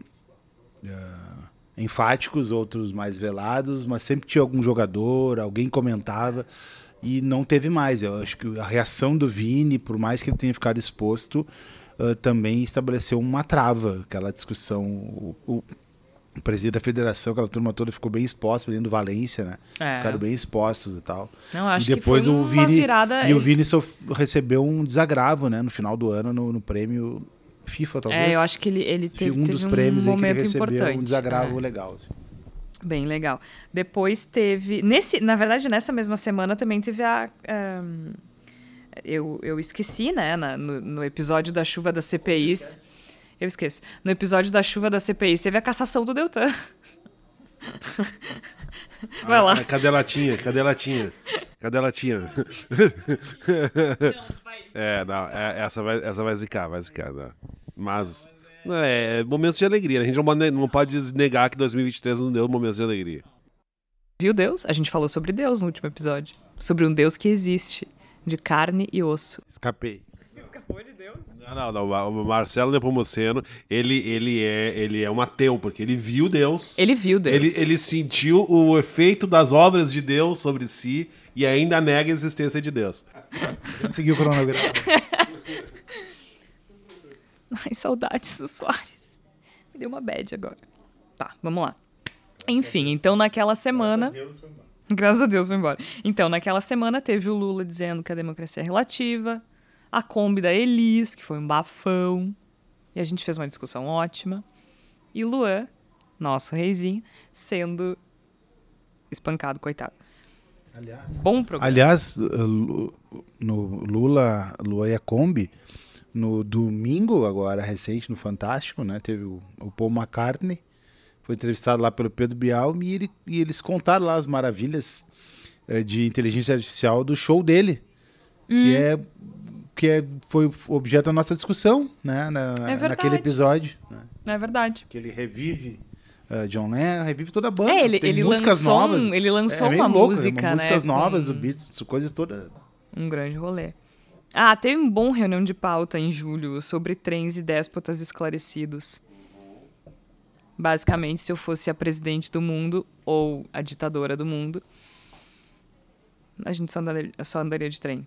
enfáticos, outros mais velados, mas sempre tinha algum jogador, alguém comentava, e não teve mais. Eu acho que a reação do Vini, por mais que ele tenha ficado exposto, também estabeleceu uma trava, aquela discussão... O presidente da federação, aquela turma toda ficou bem exposta, dentro do Valência, né? Ficaram bem expostos e tal. Não, acho e depois que foi uma virada... E o Vini recebeu um desagravo, né? No final do ano, no prêmio FIFA, talvez. Eu acho que ele teve um dos prêmios momento aí que ele recebeu importante. Um desagravo legal, assim. Bem legal. Depois teve... Na verdade, nessa mesma semana também teve eu esqueci, né? No episódio da chuva das CPIs... Eu esqueço. No episódio da chuva da CPI, teve a cassação do Deltan. Vai lá. Cadê a latinha? Essa vai zicar. Não. Mas, momentos de alegria. A gente não pode negar que 2023 nos deu momentos de alegria. Viu Deus? A gente falou sobre Deus no último episódio. Sobre um Deus que existe, de carne e osso. Escapei. Escapou de Deus? Não. O Marcelo Nepomuceno, ele é um ateu, porque ele viu Deus. Ele viu Deus. Ele sentiu o efeito das obras de Deus sobre si e ainda nega a existência de Deus. Seguiu o cronograma. Ai, saudades do Soares. Me deu uma bad agora. Tá, vamos lá. Enfim, então naquela semana... Graças a Deus foi embora. Então, naquela semana teve o Lula dizendo que a democracia é relativa, a Kombi da Elis, que foi um bafão, e a gente fez uma discussão ótima, e Luan, nosso reizinho, sendo espancado, coitado. Bom programa. Aliás, no Lula e a Kombi, no domingo agora, recente, no Fantástico, né, teve o Paul McCartney, foi entrevistado lá pelo Pedro Bial, e eles contaram lá as maravilhas de inteligência artificial do show dele, foi objeto da nossa discussão, né, naquele episódio. Né? É verdade. Que ele revive John Lennon, revive toda a banda. Ele músicas lançou novas. Ele lançou uma louco, música, músicas né? novas do Beatles, coisas todas. Um grande rolê. Teve um bom reunião de pauta em julho sobre trens e déspotas esclarecidos. Basicamente, se eu fosse a presidente do mundo ou a ditadora do mundo, a gente só andaria de trem.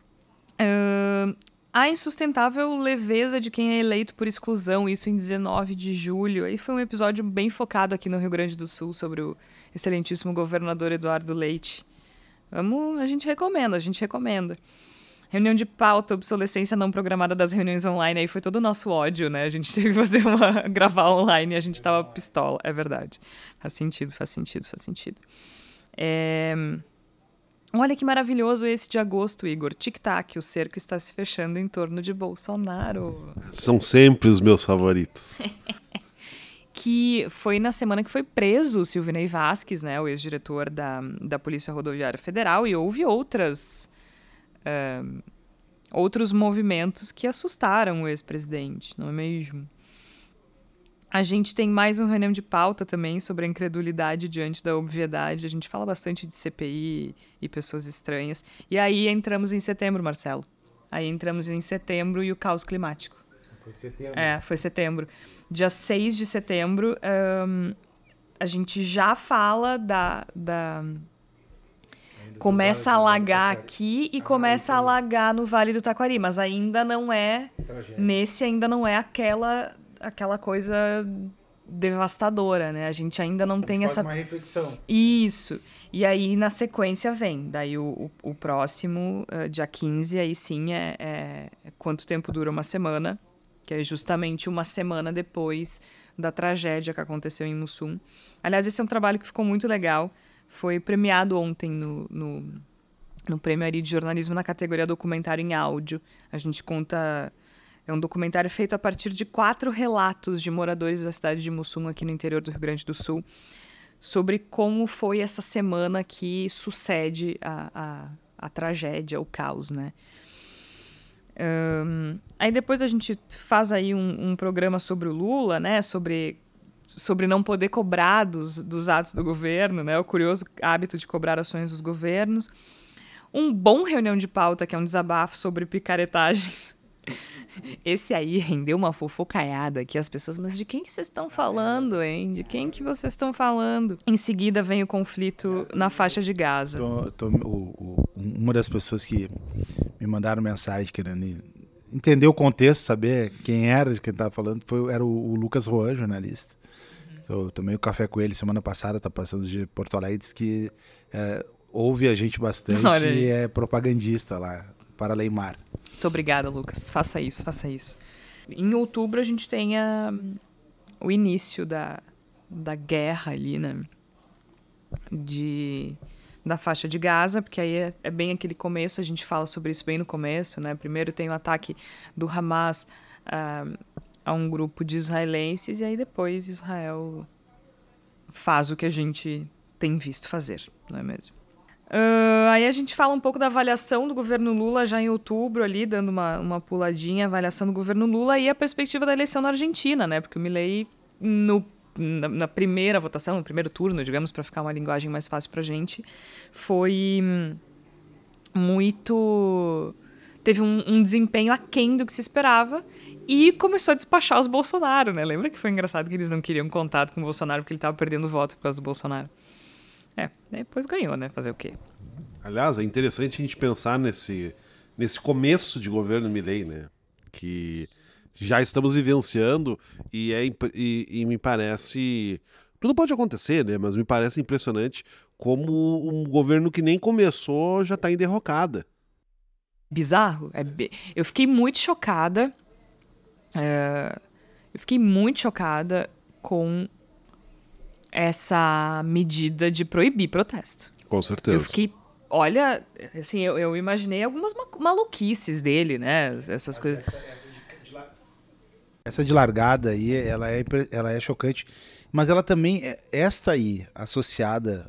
A insustentável leveza de quem é eleito por exclusão, isso em 19 de julho. Aí foi um episódio bem focado aqui no Rio Grande do Sul sobre o excelentíssimo governador Eduardo Leite. A gente recomenda. Reunião de pauta, obsolescência não programada das reuniões online, aí foi todo o nosso ódio, né? A gente teve que gravar online e a gente tava pistola, é verdade. Faz sentido. Olha que maravilhoso esse de agosto, Igor. Tic-tac, o cerco está se fechando em torno de Bolsonaro. São sempre os meus favoritos. Que foi na semana que foi preso o Silvinei Vasquez, né? O ex-diretor da Polícia Rodoviária Federal, e houve outros movimentos que assustaram o ex-presidente, não é mesmo? A gente tem mais uma reunião de pauta também sobre a incredulidade diante da obviedade. A gente fala bastante de CPI e pessoas estranhas. E aí entramos em setembro, Marcelo. E o caos climático. Foi setembro. Foi setembro. Dia 6 de setembro, a gente já fala começa a alagar aqui e começa a alagar no Vale do Taquari, mas ainda não é... Nesse ainda não é aquela coisa devastadora, né? A gente ainda não tem essa... uma reflexão. Isso. E aí, na sequência, vem. Daí, o próximo, dia 15, aí sim, é quanto tempo dura uma semana, que é justamente uma semana depois da tragédia que aconteceu em Mussum. Aliás, esse é um trabalho que ficou muito legal. foi premiado ontem no Prêmio Ari de Jornalismo na categoria documentário em áudio. A gente conta... É um documentário feito a partir de 4 relatos de moradores da cidade de Mussum, aqui no interior do Rio Grande do Sul, sobre como foi essa semana que sucede a tragédia, o caos, né? Aí depois a gente faz aí um programa sobre o Lula, né? Sobre não poder cobrar dos atos do governo, né? O curioso hábito de cobrar ações dos governos. Um bom reunião de pauta, que é um desabafo sobre picaretagens. Esse aí rendeu uma fofocaiada que as pessoas... Mas de quem que vocês estão falando, hein? De quem que vocês estão falando? Em seguida vem o conflito na faixa de Gaza. Uma das pessoas que me mandaram mensagem querendo entender o contexto, saber quem era de quem estava falando, era o Lucas Roan, jornalista. Então, eu tomei um café com ele semana passada, tá passando de Porto Alegre, disse que ouve a gente bastante e é propagandista lá, para Leimar. Muito obrigada, Lucas. Faça isso, faça isso. Em outubro a gente tem o início da guerra ali, né? Da faixa de Gaza, porque aí é bem aquele começo, a gente fala sobre isso bem no começo, né? Primeiro tem o ataque do Hamas a um grupo de israelenses e aí depois Israel faz o que a gente tem visto fazer, não é mesmo? Aí a gente fala um pouco da avaliação do governo Lula já em outubro ali, dando uma puladinha, avaliação do governo Lula e a perspectiva da eleição na Argentina, né? Porque o Milei, na primeira votação, no primeiro turno, digamos, para ficar uma linguagem mais fácil pra gente, foi muito... Teve um desempenho aquém do que se esperava e começou a despachar os Bolsonaro, né? Lembra que foi engraçado que eles não queriam contato com o Bolsonaro porque ele estava perdendo voto por causa do Bolsonaro? Depois ganhou, né? Fazer o quê? Aliás, é interessante a gente pensar nesse começo de governo Milei, né? Que já estamos vivenciando e me parece... Tudo pode acontecer, né? Mas me parece impressionante como um governo que nem começou já está em derrocada. Bizarro. Eu fiquei muito chocada. Com essa medida de proibir protesto. Com certeza. Eu fiquei... Olha, assim, eu imaginei algumas maluquices dele, né? Essas coisas. Essa de largada aí, ela é chocante. Mas ela também, esta aí, associada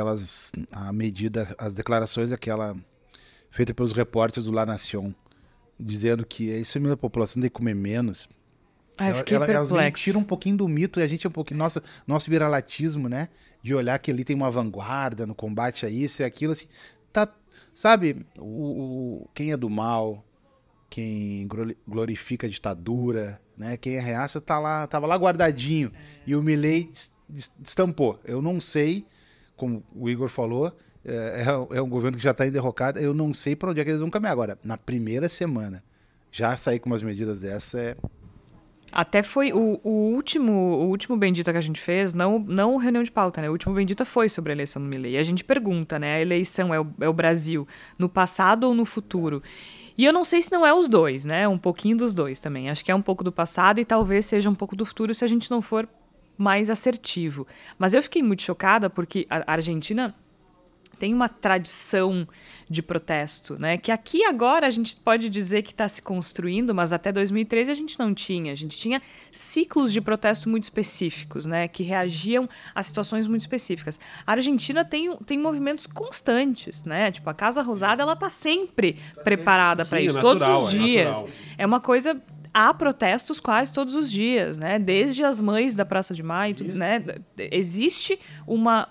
à medida, às declarações daquela feita pelos repórteres do La Nation, dizendo que isso é a população tem que comer menos. Elas meio que tiram um pouquinho do mito e a gente é um pouquinho... Nosso viralatismo, né? De olhar que ali tem uma vanguarda no combate a isso e aquilo, assim... Tá, sabe? Quem é do mal, quem glorifica a ditadura, né? Quem é reaça tava lá guardadinho. E o Milei destampou. Eu não sei, como o Igor falou, é um governo que já está em derrocada, eu não sei para onde é que eles vão caminhar. Agora, na primeira semana, já sair com umas medidas dessa Até foi o último Bendita que a gente fez, não reunião de pauta, né? O último Bendita foi sobre a eleição do Milei. E a gente pergunta, né? A eleição é o Brasil no passado ou no futuro? E eu não sei se não é os dois, né? Um pouquinho dos dois também. Acho que é um pouco do passado e talvez seja um pouco do futuro se a gente não for mais assertivo. Mas eu fiquei muito chocada porque a Argentina tem uma tradição de protesto, né? Que aqui agora a gente pode dizer que está se construindo, mas até 2013 a gente não tinha. A gente tinha ciclos de protesto muito específicos, né? Que reagiam a situações muito específicas. A Argentina tem movimentos constantes, né? Tipo, a Casa Rosada, ela tá sempre preparada para isso, natural, todos os dias. Natural. É uma coisa... Há protestos quase todos os dias, né? Desde as mães da Praça de Maio, né? Existe uma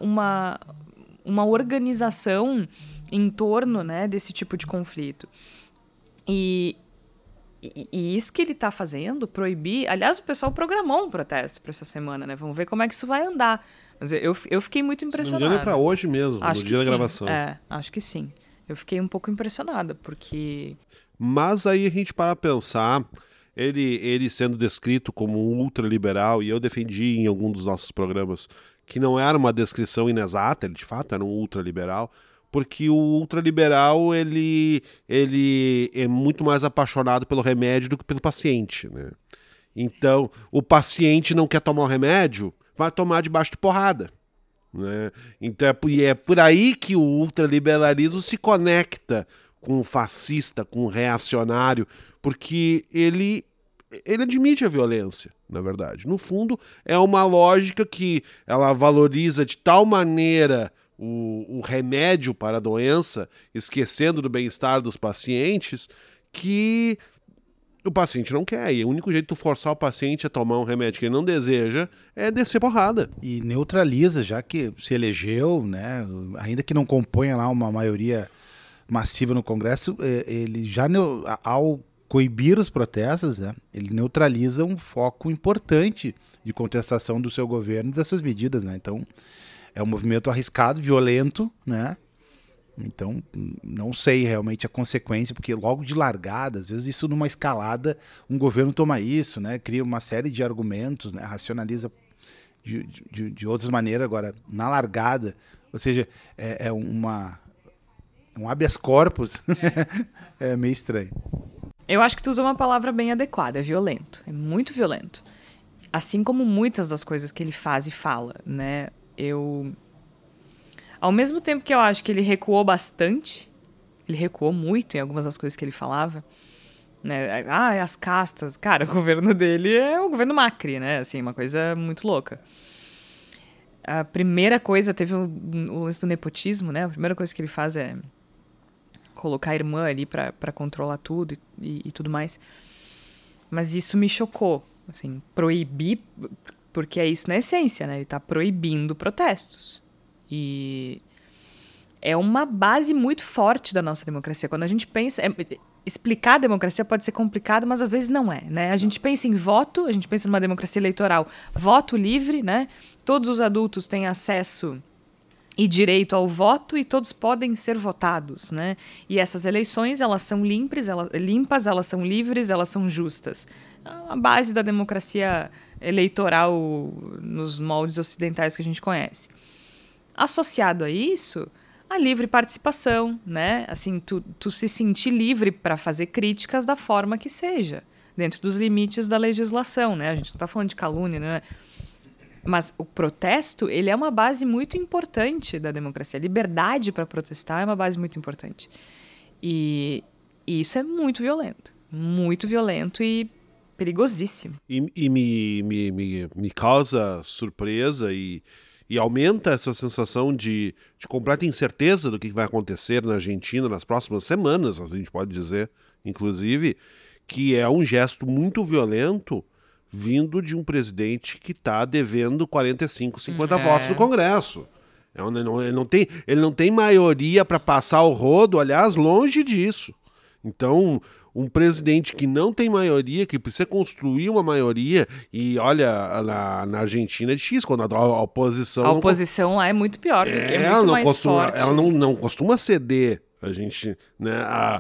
organização em torno, né, desse tipo de conflito. E isso que ele está fazendo, proibir... Aliás, o pessoal programou um protesto para essa semana, né? Vamos ver como é que isso vai andar. Mas eu fiquei muito impressionada. Se não me engano, é para hoje mesmo, no dia da gravação. Acho que sim. Eu fiquei um pouco impressionada, porque... Mas aí a gente para pensar... Ele sendo descrito como um ultraliberal, e eu defendi em algum dos nossos programas que não era uma descrição inexata, ele de fato era um ultraliberal, porque o ultraliberal ele é muito mais apaixonado pelo remédio do que pelo paciente, né? Então, o paciente não quer tomar o remédio, vai tomar debaixo de porrada, né? Então é por aí que o ultraliberalismo se conecta com o fascista, com o reacionário, porque ele admite a violência, na verdade. No fundo, é uma lógica que ela valoriza de tal maneira o remédio para a doença, esquecendo do bem-estar dos pacientes, que o paciente não quer. E o único jeito de tu forçar o paciente a tomar um remédio que ele não deseja é descer porrada. E neutraliza, já que se elegeu, né, ainda que não componha lá uma maioria massiva no Congresso, ele já, ao coibir os protestos, né, ele neutraliza um foco importante de contestação do seu governo e das suas medidas, né? Então, é um movimento arriscado, violento, né? Então, não sei realmente a consequência, porque logo de largada, às vezes isso numa escalada, um governo toma isso, né? Cria uma série de argumentos, né? Racionaliza de outras maneiras. Agora, na largada, ou seja, um habeas corpus, é meio estranho. Eu acho que tu usou uma palavra bem adequada, é violento, é muito violento. Assim como muitas das coisas que ele faz e fala, né? Ao mesmo tempo que eu acho que ele recuou bastante, ele recuou muito em algumas das coisas que ele falava, né? As castas. Cara, o governo dele é o governo Macri, né? Assim, uma coisa muito louca. A primeira coisa, teve o lance do nepotismo, né? A primeira coisa que ele faz é colocar a irmã ali pra controlar tudo e tudo mais. Mas isso me chocou. Assim, proibir, porque é isso na essência, né? Ele tá proibindo protestos. E é uma base muito forte da nossa democracia. Quando a gente pensa... explicar a democracia pode ser complicado, mas às vezes não é, né? A gente pensa em voto, a gente pensa numa democracia eleitoral. Voto livre, né? Todos os adultos têm acesso e direito ao voto e todos podem ser votados, né? E essas eleições, elas são limpas, elas são livres, elas são justas. É a base da democracia eleitoral nos moldes ocidentais que a gente conhece. Associado a isso, a livre participação, né? Assim, tu se sentir livre para fazer críticas da forma que seja, dentro dos limites da legislação, né? A gente não está falando de calúnia, né? Mas o protesto, ele é uma base muito importante da democracia. A liberdade para protestar é uma base muito importante. E isso é muito violento e perigosíssimo. E me causa surpresa e aumenta essa sensação de completa incerteza do que vai acontecer na Argentina nas próximas semanas, a gente pode dizer, inclusive, que é um gesto muito violento vindo de um presidente que está devendo 45, 50 votos no Congresso. Ele não tem maioria para passar o rodo, aliás, longe disso. Então, um presidente que não tem maioria, que precisa construir uma maioria, e olha, na Argentina é X, quando a oposição... A oposição lá é muito pior, do que é muito mais forte. Ela não costuma ceder, a gente... Né,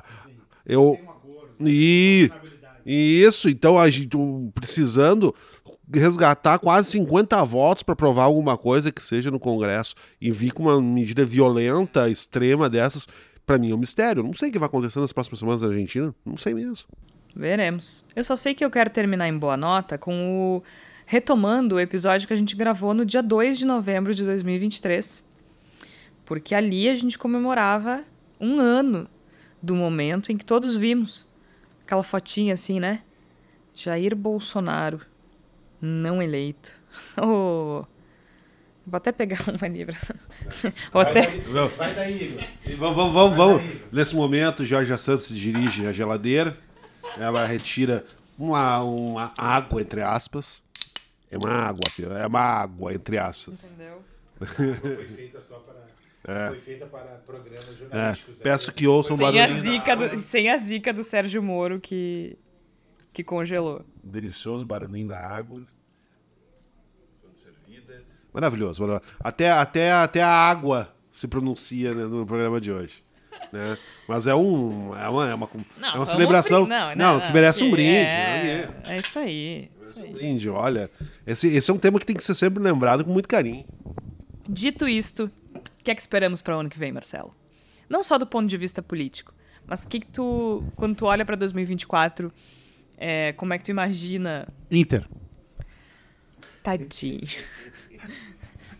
Isso, então a gente precisando resgatar quase 50 votos para provar alguma coisa que seja no Congresso e vir com uma medida violenta, extrema dessas, para mim é um mistério. Eu não sei o que vai acontecer nas próximas semanas na Argentina, não sei mesmo. Veremos. Eu só sei que eu quero terminar em boa nota retomando o episódio que a gente gravou no dia 2 de novembro de 2023, porque ali a gente comemorava 1 ano do momento em que todos vimos aquela fotinha assim, né? Jair Bolsonaro, não eleito. Oh, vou até pegar uma livra. Vai daí, Igor. Vamos. Nesse momento, Jorge Santos se dirige à geladeira. Ela retira uma água, entre aspas. É uma água, entre aspas. Entendeu? Foi feita só para... Foi feita para programas jornalísticos. Peço que ouçam o barulhinho. Sem a zica do Sérgio Moro que congelou. Delicioso barulhinho da água. Maravilhoso. Até a água se pronuncia, né, no programa de hoje. Né? Mas é uma celebração que merece um brinde. É isso aí. Um brinde, olha. Esse é um tema que tem que ser sempre lembrado com muito carinho. Dito isto, o que é que esperamos para o ano que vem, Marcelo? Não só do ponto de vista político, mas quando tu olha para 2024, como é que tu imagina... Inter. Tadinho.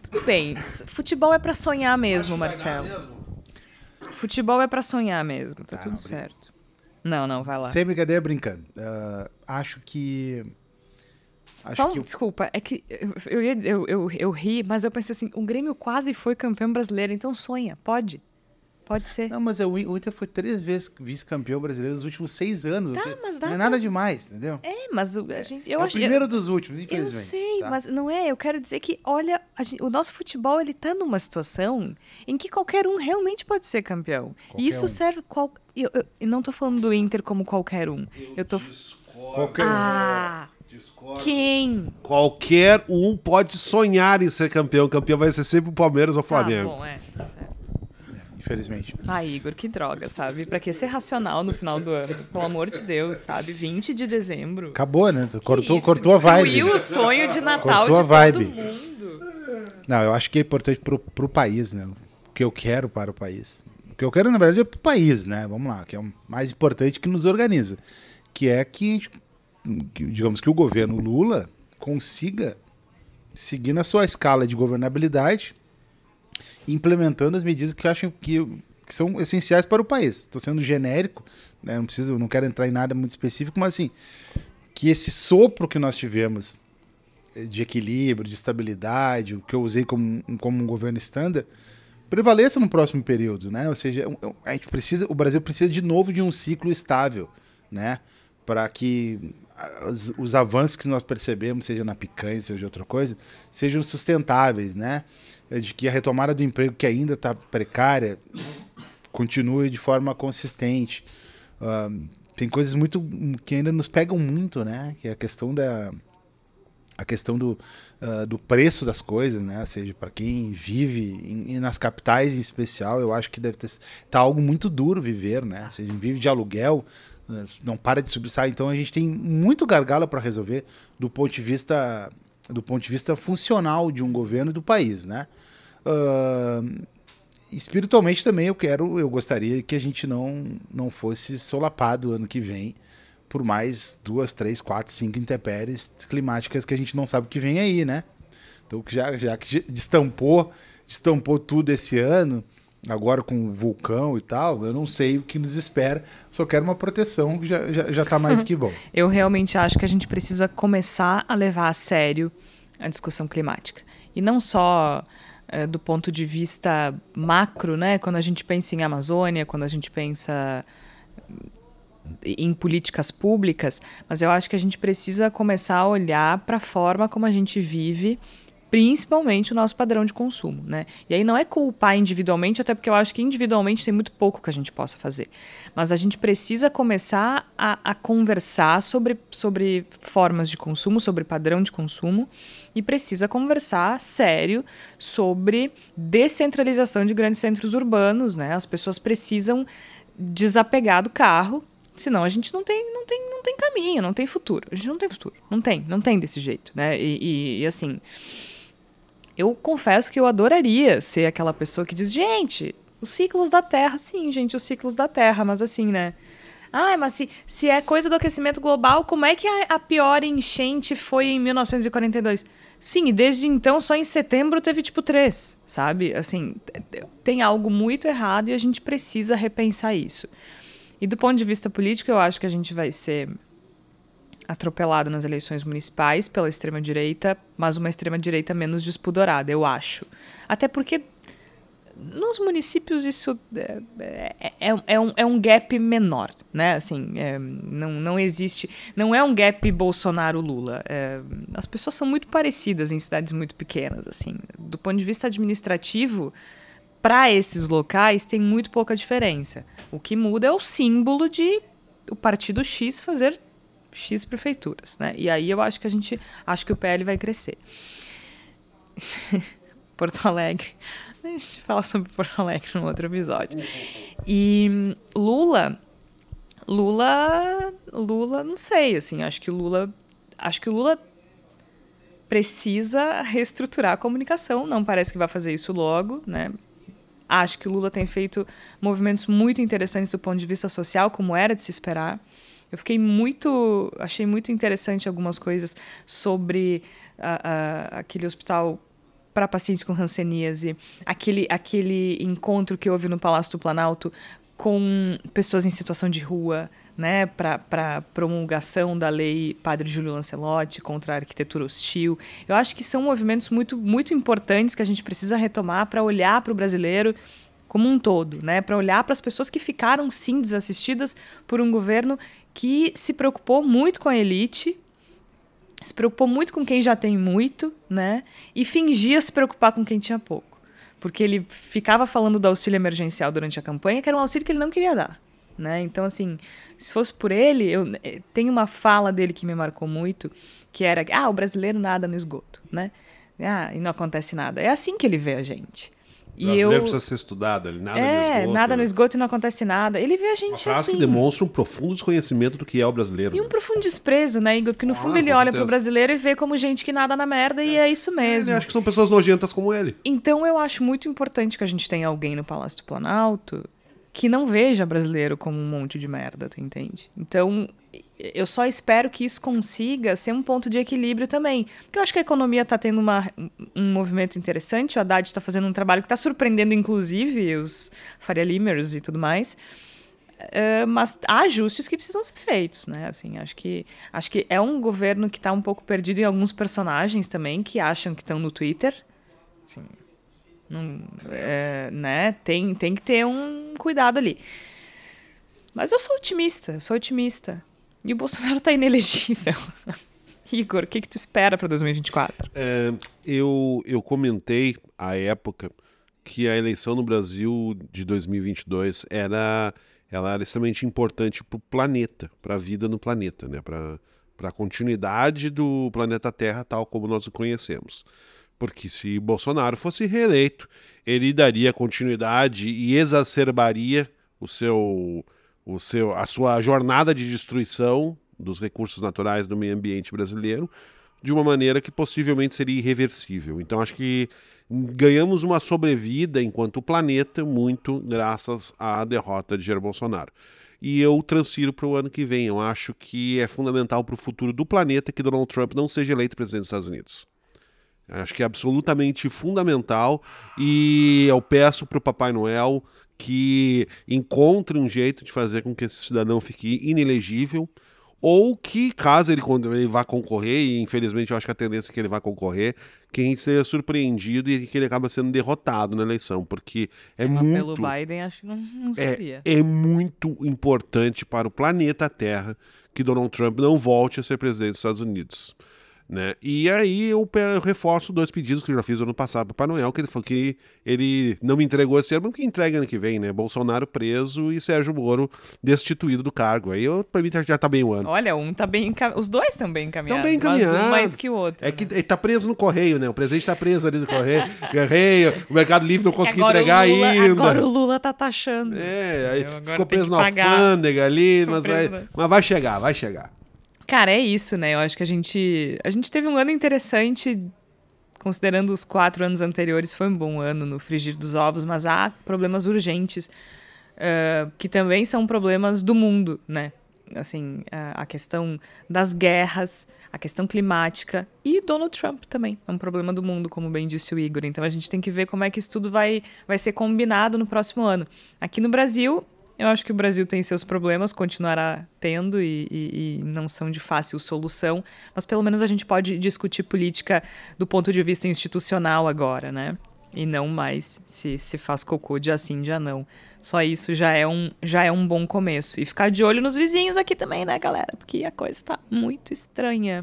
tudo bem. Futebol é pra sonhar mesmo, Marcelo. Futebol é pra sonhar mesmo, tá tudo certo. Não, vai lá. Sem brincadeira, brincando. Acho que... Desculpa, é que eu ri, mas eu pensei assim, o Grêmio quase foi campeão brasileiro, então sonha, pode ser. Não, mas o Inter foi 3 vezes vice-campeão brasileiro nos últimos 6 anos. Tá, mas dá não é nada demais, entendeu? Mas a gente... o primeiro dos últimos, infelizmente. Eu sei, mas não é, eu quero dizer que, olha, o nosso futebol, ele tá numa situação em que qualquer um realmente pode ser campeão. E isso serve... Eu não tô falando do Inter como qualquer um. Eu tô... Qualquer um. Discordo. Quem? Qualquer um pode sonhar em ser campeão. O campeão vai ser sempre o Palmeiras ou o Flamengo. Tá bom, tá certo. Infelizmente. Igor, que droga, sabe? Pra que ser racional no final do ano? Pelo amor de Deus, sabe? 20 de dezembro. Acabou, né? Cortou a vibe. Destruiu o sonho de Natal de todo mundo. Não, eu acho que é importante pro país, né? O que eu quero para o país. O que eu quero, na verdade, é pro país, né? Vamos lá, que é o mais importante que nos organiza. Que é que digamos que o governo Lula consiga seguir na sua escala de governabilidade, implementando as medidas que eu acho que são essenciais para o país. Estou sendo genérico, né? Não quero entrar em nada muito específico, mas assim, que esse sopro que nós tivemos de equilíbrio, de estabilidade, o que eu usei como um governo standard, prevaleça no próximo período, né? Ou seja, o Brasil precisa de novo de um ciclo estável, né? Para que os avanços que nós percebemos, seja na picanha, seja outra coisa, sejam sustentáveis, né? De que a retomada do emprego, que ainda está precária, continue de forma consistente. Tem coisas que ainda nos pegam muito, né? Que é a questão do preço das coisas, né? Ou seja, para quem vive nas capitais em especial, eu acho que deve tá algo muito duro viver, né? Ou seja, vive de aluguel, não para de subir, sabe? Então a gente tem muito gargalo para resolver do ponto de vista funcional de um governo e do país, né? Espiritualmente também eu gostaria que a gente não fosse solapado ano que vem por mais 2, 3, 4, 5 intempéries climáticas que a gente não sabe o que vem aí, né? Então já que destampou tudo esse ano, agora com o vulcão e tal, eu não sei o que nos espera, só quero uma proteção que já tá mais que bom. Eu realmente acho que a gente precisa começar a levar a sério a discussão climática. E não só do ponto de vista macro, né? Quando a gente pensa em Amazônia, quando a gente pensa em políticas públicas, mas eu acho que a gente precisa começar a olhar para a forma como a gente vive, principalmente o nosso padrão de consumo, né? E aí não é culpar individualmente, até porque eu acho que individualmente tem muito pouco que a gente possa fazer. Mas a gente precisa começar a conversar sobre formas de consumo, sobre padrão de consumo, e precisa conversar sério sobre descentralização de grandes centros urbanos, né? As pessoas precisam desapegar do carro, senão a gente não tem caminho, não tem futuro. A gente não tem futuro. Não tem desse jeito, né? E assim, eu confesso que eu adoraria ser aquela pessoa que diz, gente, os ciclos da Terra, sim, gente, os ciclos da Terra, mas assim, né? Mas se é coisa do aquecimento global, como é que a pior enchente foi em 1942? Sim, e desde então, só em setembro teve tipo 3, sabe? Assim, tem algo muito errado e a gente precisa repensar isso. E do ponto de vista político, eu acho que a gente vai ser atropelado nas eleições municipais pela extrema-direita, mas uma extrema-direita menos despudorada, eu acho. Até porque nos municípios isso é um gap menor, né? Assim, não existe... Não é um gap Bolsonaro-Lula. As pessoas são muito parecidas em cidades muito pequenas, assim. Do ponto de vista administrativo, para esses locais tem muito pouca diferença. O que muda é o símbolo de o partido X fazer X prefeituras, né? E aí eu acho que o PL vai crescer. Porto Alegre. A gente fala sobre Porto Alegre num outro episódio. E Lula, não sei, assim, acho que o Lula precisa reestruturar a comunicação, não parece que vai fazer isso logo, né? Acho que o Lula tem feito movimentos muito interessantes do ponto de vista social, como era de se esperar. Eu achei muito interessante algumas coisas sobre aquele hospital para pacientes com hanseníase, aquele encontro que houve no Palácio do Planalto com pessoas em situação de rua, né, para promulgação da lei Padre Júlio Lancelotti contra a arquitetura hostil. Eu acho que são movimentos muito, muito importantes que a gente precisa retomar para olhar para o brasileiro como um todo, né, para olhar para as pessoas que ficaram, sim, desassistidas por um governo que se preocupou muito com a elite, se preocupou muito com quem já tem muito, né, e fingia se preocupar com quem tinha pouco. Porque ele ficava falando do auxílio emergencial durante a campanha, que era um auxílio que ele não queria dar, né? Então, assim, se fosse por ele, tem uma fala dele que me marcou muito, que era, o brasileiro nada no esgoto, né? E não acontece nada. É assim que ele vê a gente. O brasileiro precisa ser estudado, ele nada no esgoto. Nada no esgoto e não acontece nada. Ele vê a gente uma frase assim. Que demonstra um profundo desconhecimento do que é o brasileiro. E um profundo desprezo, né, Igor? Porque no fundo ele olha pro brasileiro e vê como gente que nada na merda e é isso mesmo. Eu acho que são pessoas nojentas como ele. Então eu acho muito importante que a gente tenha alguém no Palácio do Planalto que não veja brasileiro como um monte de merda, tu entende? Então, eu só espero que isso consiga ser um ponto de equilíbrio também. Porque eu acho que a economia está tendo um movimento interessante, o Haddad está fazendo um trabalho que está surpreendendo, inclusive, os Faria Limers e tudo mais. Mas há ajustes que precisam ser feitos, né? Assim, acho que é um governo que está um pouco perdido em alguns personagens também, que acham que estão no Twitter. Assim, né? Tem que ter um cuidado ali. Mas eu sou otimista. E o Bolsonaro tá inelegível. Igor, o que tu espera para 2024? Eu comentei à época que a eleição no Brasil de 2022 ela era extremamente importante para o planeta, para a vida no planeta, né? Para a continuidade do planeta Terra tal como nós o conhecemos. Porque se Bolsonaro fosse reeleito, ele daria continuidade e exacerbaria a sua jornada de destruição dos recursos naturais do meio ambiente brasileiro de uma maneira que possivelmente seria irreversível. Então acho que ganhamos uma sobrevida enquanto planeta muito graças à derrota de Jair Bolsonaro. E eu transfiro para o ano que vem. Eu acho que é fundamental para o futuro do planeta que Donald Trump não seja eleito presidente dos Estados Unidos. Acho que é absolutamente fundamental e eu peço para o Papai Noel que encontre um jeito de fazer com que esse cidadão fique inelegível ou que, caso ele vá concorrer, e infelizmente eu acho que a tendência é que ele vá concorrer, que a gente seja surpreendido e que ele acaba sendo derrotado na eleição, porque muito... Pelo Biden, acho que não seria. É muito importante para o planeta Terra que Donald Trump não volte a ser presidente dos Estados Unidos. Né? E aí eu reforço 2 pedidos que eu já fiz ano passado para o Papai Noel, que ele falou que ele não me entregou esse ano, mas que entrega ano que vem, né? Bolsonaro preso e Sérgio Moro destituído do cargo. Aí para mim já tá bem o ano. Olha, tá bem os dois estão bem encaminhados, mas um mais que o outro. É que ele tá preso no correio, né? O presidente tá preso ali no correio. O Mercado Livre não conseguiu entregar ainda. Agora o Lula tá taxando. Aí ficou preso na alfândega ali, mas vai chegar. Cara, é isso, né? Eu acho que a gente teve um ano interessante, considerando os 4 anos anteriores, foi um bom ano no frigir dos ovos, mas há problemas urgentes, que também são problemas do mundo, né? Assim, a questão das guerras, a questão climática e Donald Trump também é um problema do mundo, como bem disse o Igor. Então a gente tem que ver como é que isso tudo vai ser combinado no próximo ano. Aqui no Brasil... Eu acho que o Brasil tem seus problemas, continuará tendo e não são de fácil solução, mas pelo menos a gente pode discutir política do ponto de vista institucional agora, né? E não mais se faz cocô dia sim, dia não. Só isso já é um bom começo. E ficar de olho nos vizinhos aqui também, né, galera? Porque a coisa tá muito estranha.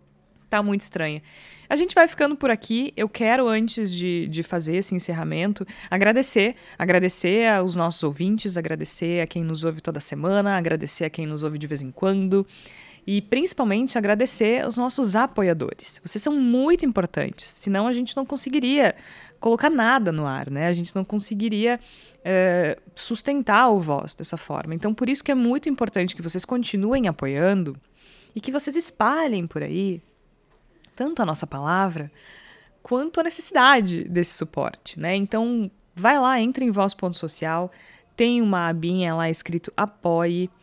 A gente vai ficando por aqui. Eu quero, antes de fazer esse encerramento, agradecer aos nossos ouvintes, agradecer a quem nos ouve toda semana, agradecer a quem nos ouve de vez em quando e, principalmente, agradecer aos nossos apoiadores. Vocês são muito importantes, senão a gente não conseguiria colocar nada no ar, né? A gente não conseguiria sustentar o Voz dessa forma. Então, por isso que é muito importante que vocês continuem apoiando e que vocês espalhem por aí tanto a nossa palavra, quanto a necessidade desse suporte, né? Então, vai lá, entra em voz.social, tem uma abinha lá escrito apoie,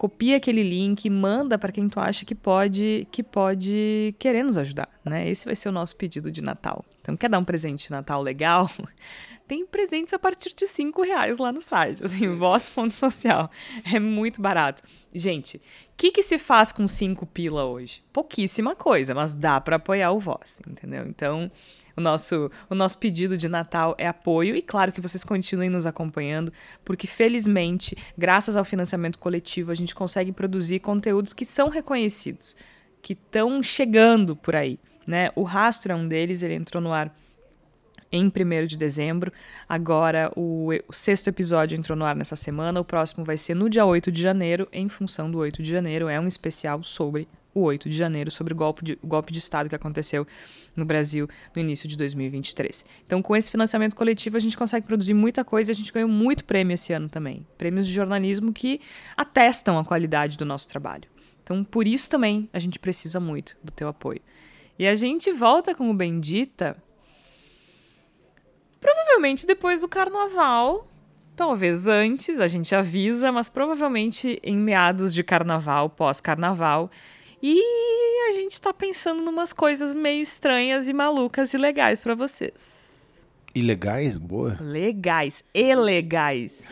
copia aquele link, manda para quem tu acha que pode querer nos ajudar, né? Esse vai ser o nosso pedido de Natal. Então, quer dar um presente de Natal legal? Tem presentes a partir de R$5 lá no site, assim, voz.social. É muito barato. Gente, o que se faz com 5 pila hoje? Pouquíssima coisa, mas dá para apoiar o Voz, entendeu? Então, o nosso pedido de Natal é apoio e claro que vocês continuem nos acompanhando, porque felizmente, graças ao financiamento coletivo, a gente consegue produzir conteúdos que são reconhecidos, que estão chegando por aí, né? O Rastro é um deles, ele entrou no ar em 1º de dezembro. Agora, o 6º episódio entrou no ar nessa semana. O próximo vai ser no dia 8 de janeiro, em função do 8 de janeiro. É um especial sobre o 8 de janeiro, sobre o golpe de Estado que aconteceu no Brasil no início de 2023. Então, com esse financiamento coletivo, a gente consegue produzir muita coisa e a gente ganhou muito prêmio esse ano também. Prêmios de jornalismo que atestam a qualidade do nosso trabalho. Então, por isso também, a gente precisa muito do teu apoio. E a gente volta com o Bendita provavelmente depois do carnaval, talvez antes, a gente avisa, mas provavelmente em meados de carnaval, pós-carnaval. E a gente tá pensando numas coisas meio estranhas e malucas e legais pra vocês. Ilegais? Boa. Legais. Ilegais.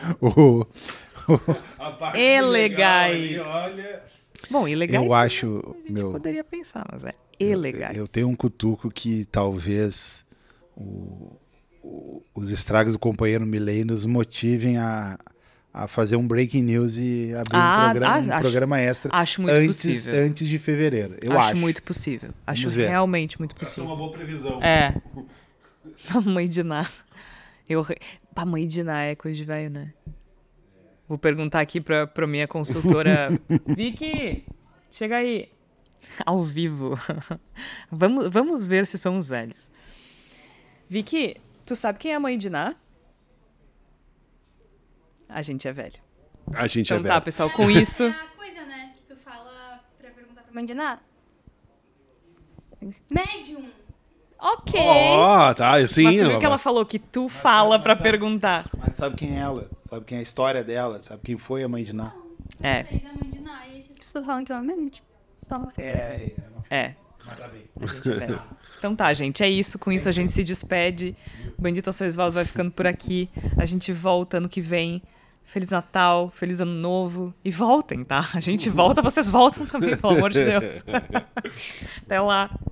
A parte Ilegais. legal ali, olha... Bom, ilegais Eu acho... a gente poderia pensar, mas é ilegais. Eu tenho um cutuco que talvez os estragos do companheiro Milley nos motivem a fazer um breaking news e abrir um programa extra acho muito possível. Antes de fevereiro. Eu acho muito possível. Acho realmente muito possível. Essa é uma boa previsão. É. A mãe de Ná. A mãe de Ná é coisa de velho, né? Vou perguntar aqui pra minha consultora. Vicky, chega aí. Ao vivo. Vamos ver se somos velhos. Vicky, tu sabe quem é a mãe de Ná? A gente é velho. A gente então é velho. Tá, pessoal, com isso... É a coisa, né, que tu fala pra perguntar pra mãe de Ná. Médium. Ok. Tá, assim... Mas tu viu que ela falou que tu fala pra perguntar. Mas sabe quem é ela? Sabe quem é a história dela? Sabe quem foi a mãe de Ná? É. Sei da mãe de Ná. E as pessoas falam que é uma médium. Só. É. Mas tá bem. A gente é velho. Então tá, gente, é isso. Com isso a gente se despede. O Bendito ao Sois Vós vai ficando por aqui. A gente volta ano que vem. Feliz Natal, feliz Ano Novo. E voltem, tá? A gente volta, vocês voltam também, pelo amor de Deus. Até lá.